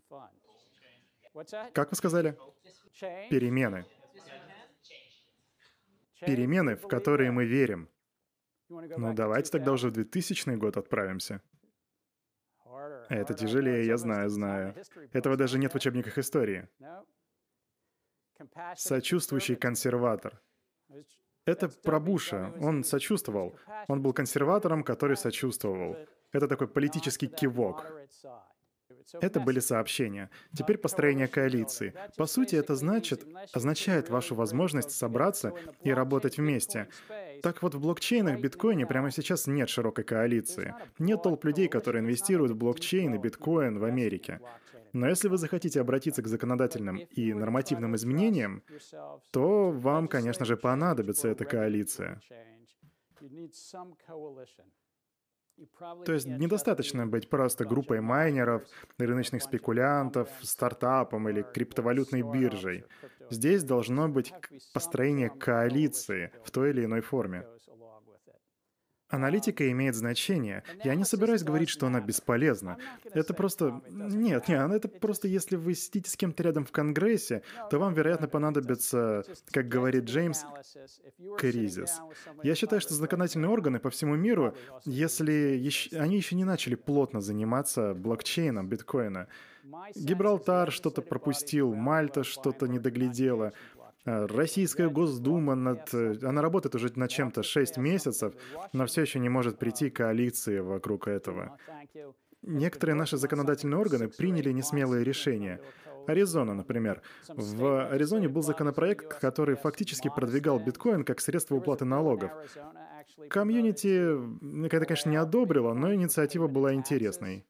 Как вы сказали? Перемены. Перемены, в которые мы верим. Ну, давайте тогда уже в двухтысячный год отправимся. Это тяжелее, я знаю, знаю. Этого даже нет в учебниках истории. Сочувствующий консерватор. Это про Буша. Он сочувствовал. Он был консерватором, который сочувствовал. Это такой политический кивок. Это были сообщения. Теперь построение коалиции. По сути, это значит, означает вашу возможность собраться и работать вместе. Так вот, в блокчейнах, биткоине прямо сейчас нет широкой коалиции. Нет толп людей, которые инвестируют в блокчейн и биткоин в Америке. Но если вы захотите обратиться к законодательным и нормативным изменениям, то вам, конечно же, понадобится эта коалиция. То есть недостаточно быть просто группой майнеров, рыночных спекулянтов, стартапом или криптовалютной биржей. Здесь должно быть построение коалиции в той или иной форме. Аналитика имеет значение. Я не собираюсь говорить, что она бесполезна. Это просто... Нет, нет, это просто если вы сидите с кем-то рядом в Конгрессе, то вам, вероятно, понадобится, как говорит Джеймс, кризис. Я считаю, что законодательные органы по всему миру, если еще... они еще не начали плотно заниматься блокчейном биткоина. Гибралтар что-то пропустил, Мальта что-то не доглядела. А Российская Госдума, над, она работает уже над чем-то шесть месяцев, но все еще не может прийти к коалиции вокруг этого. Некоторые наши законодательные органы приняли несмелые решения. Аризона, например. В Аризоне был законопроект, который фактически продвигал биткоин как средство уплаты налогов. Комьюнити это, конечно, не одобрило, но инициатива была интересной.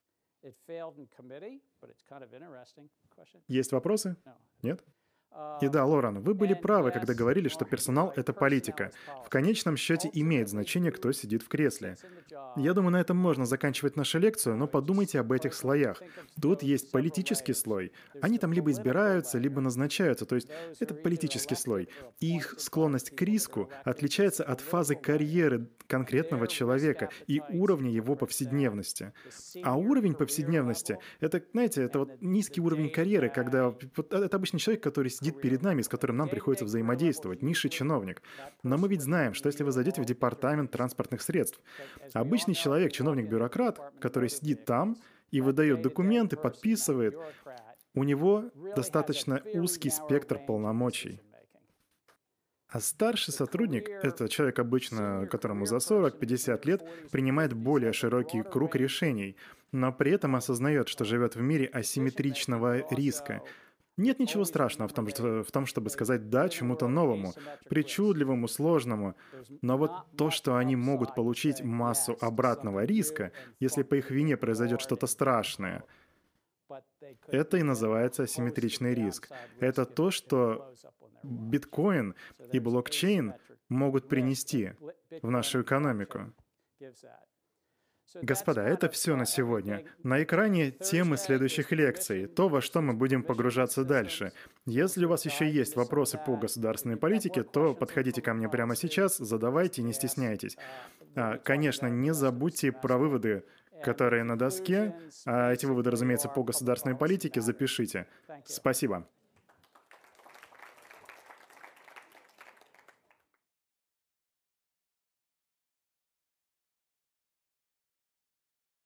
Есть вопросы? Нет? И да, Лоран, вы были правы, когда говорили, что персонал — это политика. В конечном счете имеет значение, кто сидит в кресле. Я думаю, на этом можно заканчивать нашу лекцию, но подумайте об этих слоях. Тут есть политический слой. Они там либо избираются, либо назначаются, то есть это политический слой. И их склонность к риску отличается от фазы карьеры конкретного человека и уровня его повседневности. А уровень повседневности — это, знаете, это вот низкий уровень карьеры, когда вот это обычный человек, который сидит перед нами, с которым нам приходится взаимодействовать, низший чиновник. Но мы ведь знаем, что если вы зайдете в департамент транспортных средств, обычный человек, чиновник-бюрократ, который сидит там и выдает документы, подписывает, у него достаточно узкий спектр полномочий. А старший сотрудник, это человек обычно, которому за сорок-пятьдесят лет, принимает более широкий круг решений, но при этом осознает, что живет в мире асимметричного риска. Нет ничего страшного в том, что, в том, чтобы сказать «да» чему-то новому, причудливому, сложному. Но вот то, что они могут получить массу обратного риска, если по их вине произойдет что-то страшное, это и называется асимметричный риск. Это то, что биткоин и блокчейн могут принести в нашу экономику. Господа, это все на сегодня. На экране темы следующих лекций, то, во что мы будем погружаться дальше. Если у вас еще есть вопросы по государственной политике, то подходите ко мне прямо сейчас, задавайте, не стесняйтесь. А, конечно, не забудьте про выводы, которые на доске, а эти выводы, разумеется, по государственной политике запишите. Спасибо.